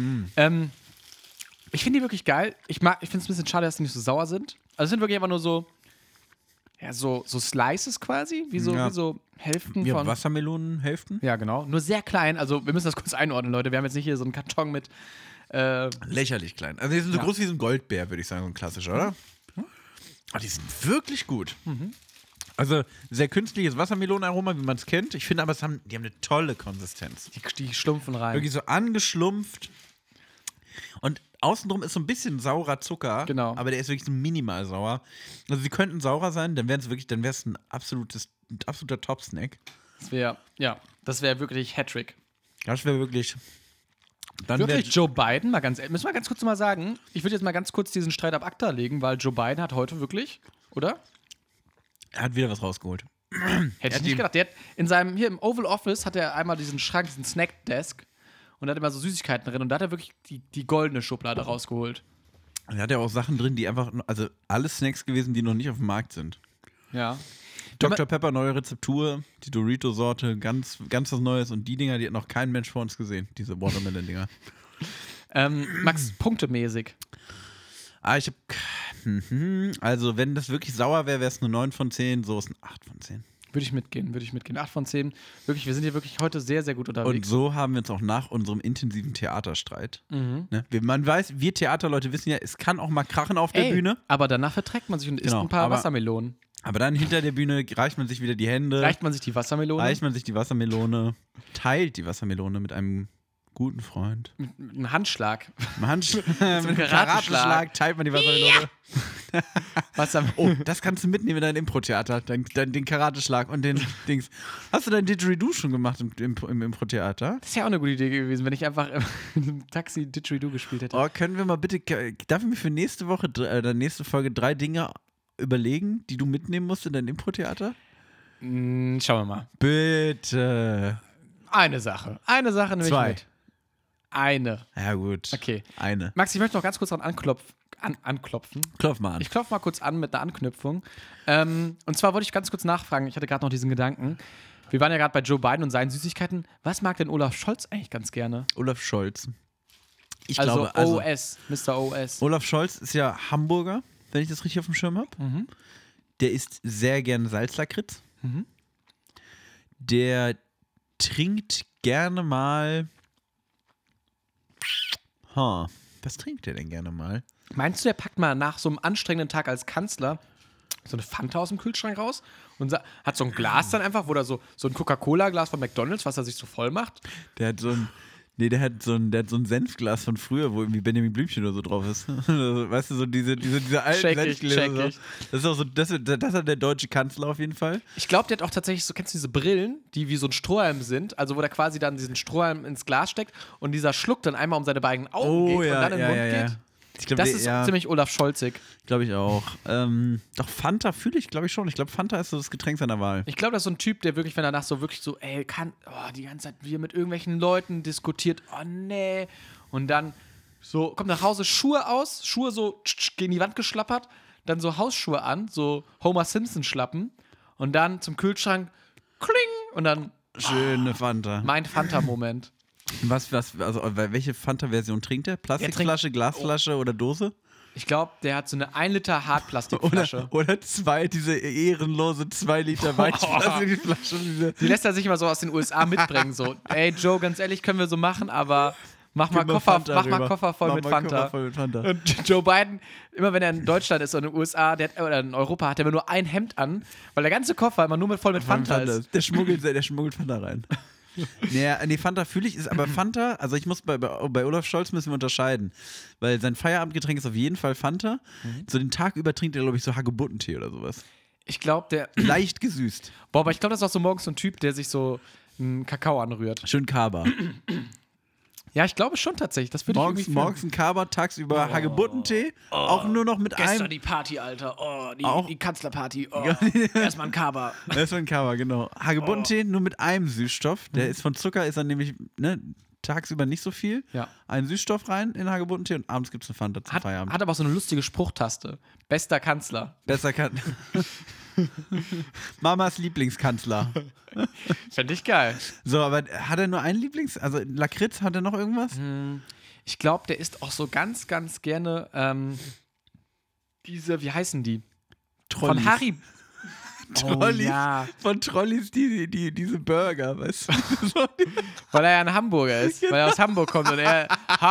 Ich finde die wirklich geil. Ich finde es ein bisschen schade, dass die nicht so sauer sind. Also es sind wirklich einfach nur so Slices quasi, wie so Hälften Ja, von Wassermelonenhälften? Ja, genau. Nur sehr klein. Also, wir müssen das kurz einordnen, Leute. Wir haben jetzt nicht hier so einen Karton mit. Lächerlich klein. Also die sind so groß wie so ein Goldbär, würde ich sagen, so ein klassischer, oder? Aber die sind wirklich gut. Also sehr künstliches Wassermelonenaroma, wie man es kennt. Ich finde aber, die haben eine tolle Konsistenz. Die schlumpfen rein. Wirklich so angeschlumpft. Und außenrum ist so ein bisschen saurer Zucker. Genau. Aber der ist wirklich so minimal sauer. Also sie könnten saurer sein, dann wäre es ein absoluter Top-Snack. Das wäre wirklich Hattrick. Das wäre wirklich. Dann Wirklich, Joe Biden, müssen wir ganz kurz mal sagen, ich würde jetzt mal ganz kurz diesen Streit ab ACTA legen, weil Joe Biden hat heute wirklich, oder? Er hat wieder was rausgeholt. Hätte ich nicht gedacht. Der hat hier im Oval Office hat er einmal diesen Schrank, diesen Snack-Desk und da hat immer so Süßigkeiten drin und da hat er wirklich die goldene Schublade rausgeholt. Er hat ja auch Sachen drin, die einfach, also alle Snacks gewesen, die noch nicht auf dem Markt sind. Ja. Dr. Pepper, neue Rezeptur, die Dorito-Sorte, ganz was Neues und die Dinger, die hat noch kein Mensch vor uns gesehen, diese Watermelon-Dinger. Max, punktemäßig. Also wenn das wirklich sauer wäre, wäre es eine 9 von 10, so ist ein 8 von 10. Würde ich mitgehen. 8 von 10. Wirklich, wir sind hier wirklich heute sehr, sehr gut Und unterwegs. so haben wir uns auch nach unserem intensiven Theaterstreit. Ne? Man weiß, wir Theaterleute wissen ja, es kann auch mal krachen auf der Bühne. Aber danach verträgt man sich und isst Genau, ein paar aber- Wassermelonen. Aber dann hinter der Bühne reicht man sich wieder die Hände, Reicht man sich die Wassermelone? teilt die Wassermelone mit einem guten Freund. Ein Handschlag. Mit einem Karateschlag teilt man die Wassermelone. Oh, Das kannst du mitnehmen in dein Impro-Theater, den Karateschlag und den Dings. Hast du dein Didgeridoo schon gemacht im Impro-Theater? das ist ja auch eine gute Idee gewesen, wenn ich einfach im Taxi Didgeridoo gespielt hätte. Oh, können wir mal bitte, darf ich mir für nächste Folge 3 Dinge überlegen, die du mitnehmen musst in dein Impro-Theater? Schauen wir mal. Bitte. Eine Sache nehme ich 2. mit. Eine. Ja gut. Okay. Eine. Max, ich möchte noch ganz kurz dran anklopfen. Klopf mal an. Ich klopfe mal kurz an mit einer Anknüpfung. Und zwar wollte ich ganz kurz nachfragen, ich hatte gerade noch diesen Gedanken. Wir waren ja gerade bei Joe Biden und seinen Süßigkeiten. Was mag denn Olaf Scholz eigentlich ganz gerne? Olaf Scholz. Ich Also glaube, OS, Mr. OS. Olaf Scholz ist ja Hamburger, wenn ich das richtig auf dem Schirm habe. der isst sehr gerne Salzlakritz. Der trinkt gerne mal. Was trinkt der denn gerne mal? Meinst du, der packt mal nach so einem anstrengenden Tag als Kanzler so eine Fanta aus dem Kühlschrank raus und hat so ein Glas dann einfach, wo da so ein Coca-Cola-Glas von McDonald's, was er sich so voll macht? Der hat der hat so ein Senfglas von früher, wo irgendwie Benjamin Blümchen oder so drauf ist. Weißt du, so diese alten Senfgläser. So. Das ist auch so, das hat der deutsche Kanzler auf jeden Fall. Ich glaube, der hat auch tatsächlich so, kennst du diese Brillen, die wie so ein Strohhalm sind, also wo der quasi dann diesen Strohhalm ins Glas steckt und dieser Schluck dann einmal um seine beiden Augen geht und dann in den Mund geht? Ich glaub, das ist ziemlich Olaf Scholzig. Glaube ich auch. Doch, Fanta fühle ich, glaube ich, schon. Ich glaube, Fanta ist so das Getränk seiner Wahl. Ich glaube, das ist so ein Typ, der wirklich, wenn er nach so wirklich so, die ganze Zeit wir mit irgendwelchen Leuten diskutiert, oh nee. Und dann so, kommt nach Hause, Schuhe aus, Schuhe so gegen die Wand geschlappert, dann so Hausschuhe an, so Homer Simpson-Schlappen und dann zum Kühlschrank, kling, und dann schöne Fanta. Mein Fanta-Moment. Welche Fanta-Version trinkt er? Plastikflasche, Glasflasche oder Dose? Ich glaube, der hat so eine 1 Liter Hartplastikflasche. Oder diese ehrenlose 2 Liter Weichplastikflasche. Die lässt er sich immer so aus den USA mitbringen. So, ey Joe, ganz ehrlich, können wir so machen, aber mach mal Koffer voll mit Fanta. Und Joe Biden, immer wenn er in Deutschland ist oder in den USA oder in Europa, hat er immer nur ein Hemd an, weil der ganze Koffer immer nur voll mit Fanta ist. Der schmuggelt Fanta rein. Nee, Fanta fühle ich, ist aber Fanta, also ich muss bei Olaf Scholz müssen wir unterscheiden, weil sein Feierabendgetränk ist auf jeden Fall Fanta. So den Tag über trinkt er, glaube ich, so Hagebuttentee oder sowas. Ich glaube, der... Leicht gesüßt. Boah, aber ich glaube, das ist auch so morgens so ein Typ, der sich so einen Kakao anrührt. Schön Kaba. Ja, ich glaube schon tatsächlich. Das würde ich morgens ein Kaba, tagsüber Hagebuttentee. Auch nur noch mit gestern die Party, Alter. Die Kanzlerparty. Erstmal ein Kaba. Erstmal ein Kaba, genau. Hagebuttentee nur mit einem Süßstoff. Der ist von Zucker, ist dann nämlich tagsüber nicht so viel. Ja. Ein Süßstoff rein in Hagebuttentee und abends gibt es eine Fanta zum Feierabend. Hat aber auch so eine lustige Spruchtaste. Bester Kanzler. Mamas Lieblingskanzler. Fände ich geil. So, aber hat er nur einen Also Lakritz, hat er noch irgendwas? Ich glaube, der isst auch so ganz, ganz gerne diese, wie heißen die? Trollis. Von Harry. Trollis. Ja. Von Trollis, diese Burger, weißt du? Weil er ja ein Hamburger ist, weil er aus Hamburg kommt und er,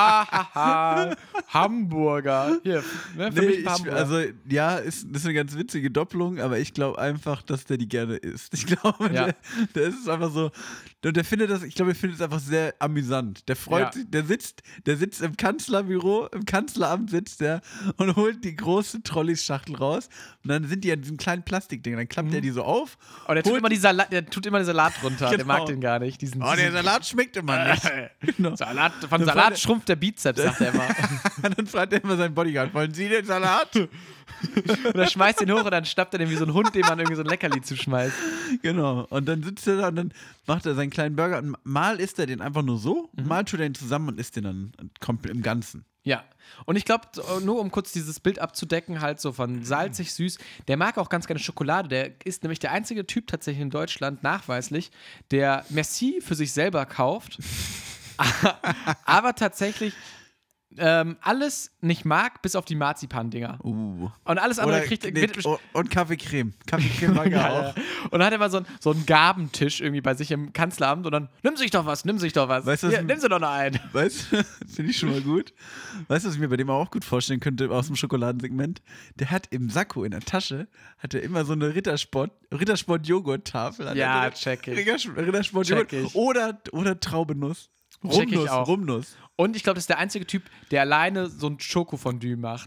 Hamburger. Hier, ne, für mich ein Hamburger. Also, ja, ist eine ganz witzige Doppelung, aber ich glaube einfach, dass der die gerne isst. Ich glaube, der ist es einfach so, und der findet das, ich glaube, er findet es einfach sehr amüsant. Der freut sich, der sitzt im Kanzlerbüro, im Kanzleramt sitzt der und holt die große Trollis-Schachtel raus und dann sind die an diesem kleinen Plastikding, dann klappt er die so auf. Oh, der tut immer den Salat runter, der mag den gar nicht. Der Salat schmeckt immer nicht. Genau. Von Salat schrumpft der Bizeps, sagt er immer. Dann fragt er immer seinen Bodyguard, wollen Sie den Salat? Und er schmeißt den hoch und dann schnappt er den wie so ein Hund, dem man irgendwie so ein Leckerli zuschmeißt. Genau. Und dann sitzt er da und dann macht er seinen kleinen Burger und mal isst er den einfach nur so, mal tut er ihn zusammen und isst den dann komplett im Ganzen. Ja, und ich glaube, nur um kurz dieses Bild abzudecken, halt so von salzig, süß, der mag auch ganz gerne Schokolade. Der ist nämlich der einzige Typ tatsächlich in Deutschland, nachweislich, der Merci für sich selber kauft, aber tatsächlich alles nicht mag, bis auf die Marzipan-Dinger. Und alles andere kriegt... Und Kaffeecreme. Kaffeecreme mag er auch. Und dann hat er mal so einen Gabentisch irgendwie bei sich im Kanzleramt und dann, nimm sich doch was. Weißt du, Hier, nimm sie doch noch ein. Weißt du, finde ich schon mal gut. Weißt du, was ich mir bei dem auch gut vorstellen könnte aus dem Schokoladensegment? Der hat im Sakko, in der Tasche, hat er immer so eine Rittersport-Joghurt-Tafel. Ja, check ich. Rittersport-Joghurt oder Traubenuss. Rumnuss. Und ich glaube, das ist der einzige Typ, der alleine so ein Schokofondue macht.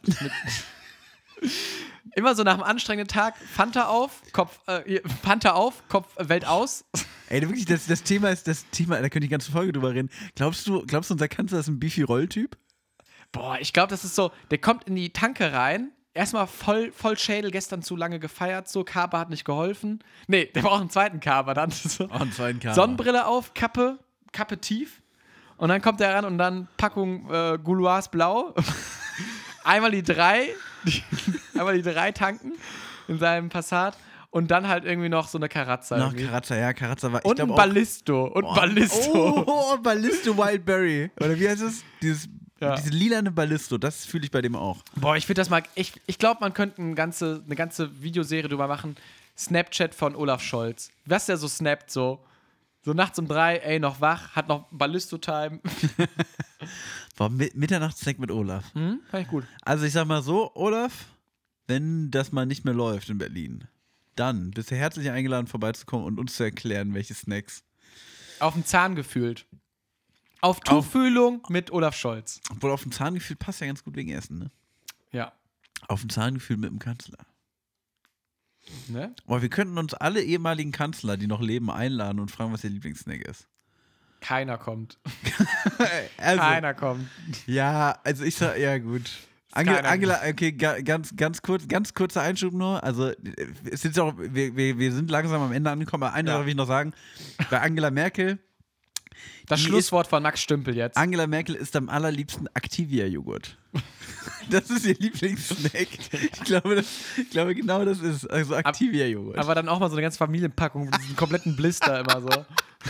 Immer so nach einem anstrengenden Tag, Fanta auf, Kopf Welt aus. Ey, wirklich, das Thema ist das Thema, da könnte ich die ganze Folge drüber reden. Glaubst du, unser Kanzler ist ein Beefy-Roll-Typ? Boah, ich glaube, das ist so, der kommt in die Tanke rein, erstmal voll Schädel, gestern zu lange gefeiert, so, Kaba hat nicht geholfen. Nee, der braucht einen zweiten Kaba dann. So. Auch einen zweiten Kaba. Sonnenbrille auf, Kappe tief. Und dann kommt er ran und dann Packung Gouloirs Blau. einmal die drei tanken in seinem Passat. Und dann halt irgendwie noch so eine Karazza. Karazza war... Und ein Ballisto. Oh, Ballisto Wildberry. Oder wie heißt es? Ja. Diese lilane Ballisto, das fühle ich bei dem auch. Boah, ich finde das mal. Ich glaube, man könnte eine ganze Videoserie drüber machen. Snapchat von Olaf Scholz. Was der so snappt, so nachts um 3, ey, noch wach, hat noch Ballisto-Time. Boah, Mitternachtssnack mit Olaf. Fand ich gut. Also ich sag mal so, Olaf, wenn das mal nicht mehr läuft in Berlin, dann bist du herzlich eingeladen, vorbeizukommen und uns zu erklären, welche Snacks. Auf den Zahn gefühlt. Auf Tuchfühlung mit Olaf Scholz. Obwohl auf dem Zahngefühl passt ja ganz gut wegen Essen, ne? Ja. Auf dem Zahngefühl mit dem Kanzler. Ne? Boah, wir könnten uns alle ehemaligen Kanzler, die noch leben, einladen und fragen, was ihr Lieblingssnack ist. Keiner kommt. Also, Keiner kommt. ja, also ich sag, ja gut. Angela, okay, ganz kurzer Einschub nur. Also, es ist auch, wir sind langsam am Ende angekommen, aber eine Sache will ich noch sagen. Bei Angela Merkel. Das Schlusswort von Max Stümpel jetzt. Angela Merkel isst am allerliebsten Activia-Joghurt. Das ist ihr Lieblingssnack. Ich glaube, genau das ist. Also Activia-Joghurt. Aber dann auch mal so eine ganze Familienpackung mit diesem kompletten Blister immer so.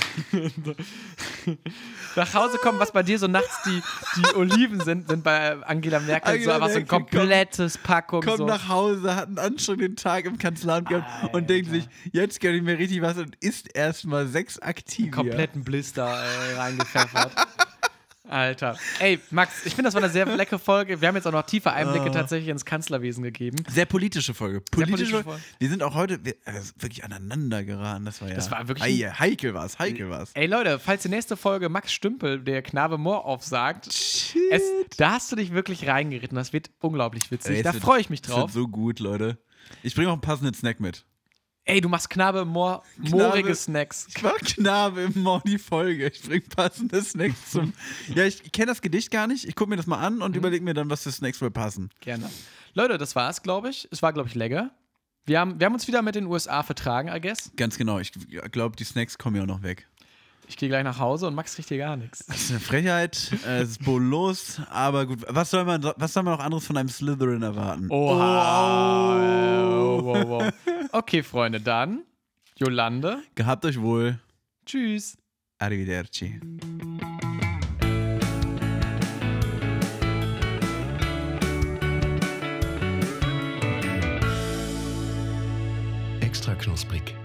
Nach Hause kommen, was bei dir so nachts die Oliven sind bei Angela Merkel so einfach so ein komplettes Packung. Kommt so. nach Hause, hat einen anstrengenden Tag im Kanzleramt gehabt und denkt sich, jetzt gönne ich mir richtig was und isst erstmal 6 Activia. Kompletten Blister reingepfeffert. Alter. Ey, Max, ich finde, das war eine sehr leckere Folge. Wir haben jetzt auch noch tiefe Einblicke tatsächlich ins Kanzlerwesen gegeben. Sehr politische Folge. Politische Folge. Wir sind auch heute wirklich aneinander geraten. Das war wirklich heikel war's. Ey, Leute, falls die nächste Folge Max Stümpel, der Knabe Moor, aufsagt, da hast du dich wirklich reingeritten. Das wird unglaublich witzig. Da freue ich mich drauf. Das wird so gut, Leute. Ich bringe auch einen passenden Snack mit. Ey, du machst Knabe moorige Snacks. Ich mach Knabe im Moor die Folge. Ich bring passende Snacks zum. Ja, ich kenne das Gedicht gar nicht. Ich gucke mir das mal an und überlege mir dann, was für Snacks wohl passen. Gerne. Leute, das war's, glaube ich. Es war, glaube ich, lecker. Wir haben uns wieder mit den USA vertragen, I guess. Ganz genau. Ich glaube, die Snacks kommen ja auch noch weg. Ich gehe gleich nach Hause und Max kriegt hier gar nichts. Das ist eine Frechheit. Es ist bodenlos. Aber gut, was soll man noch anderes von einem Slytherin erwarten? Oha. Wow. Okay, Freunde, dann Jolande. Gehabt euch wohl. Tschüss. Arrivederci. Extra knusprig.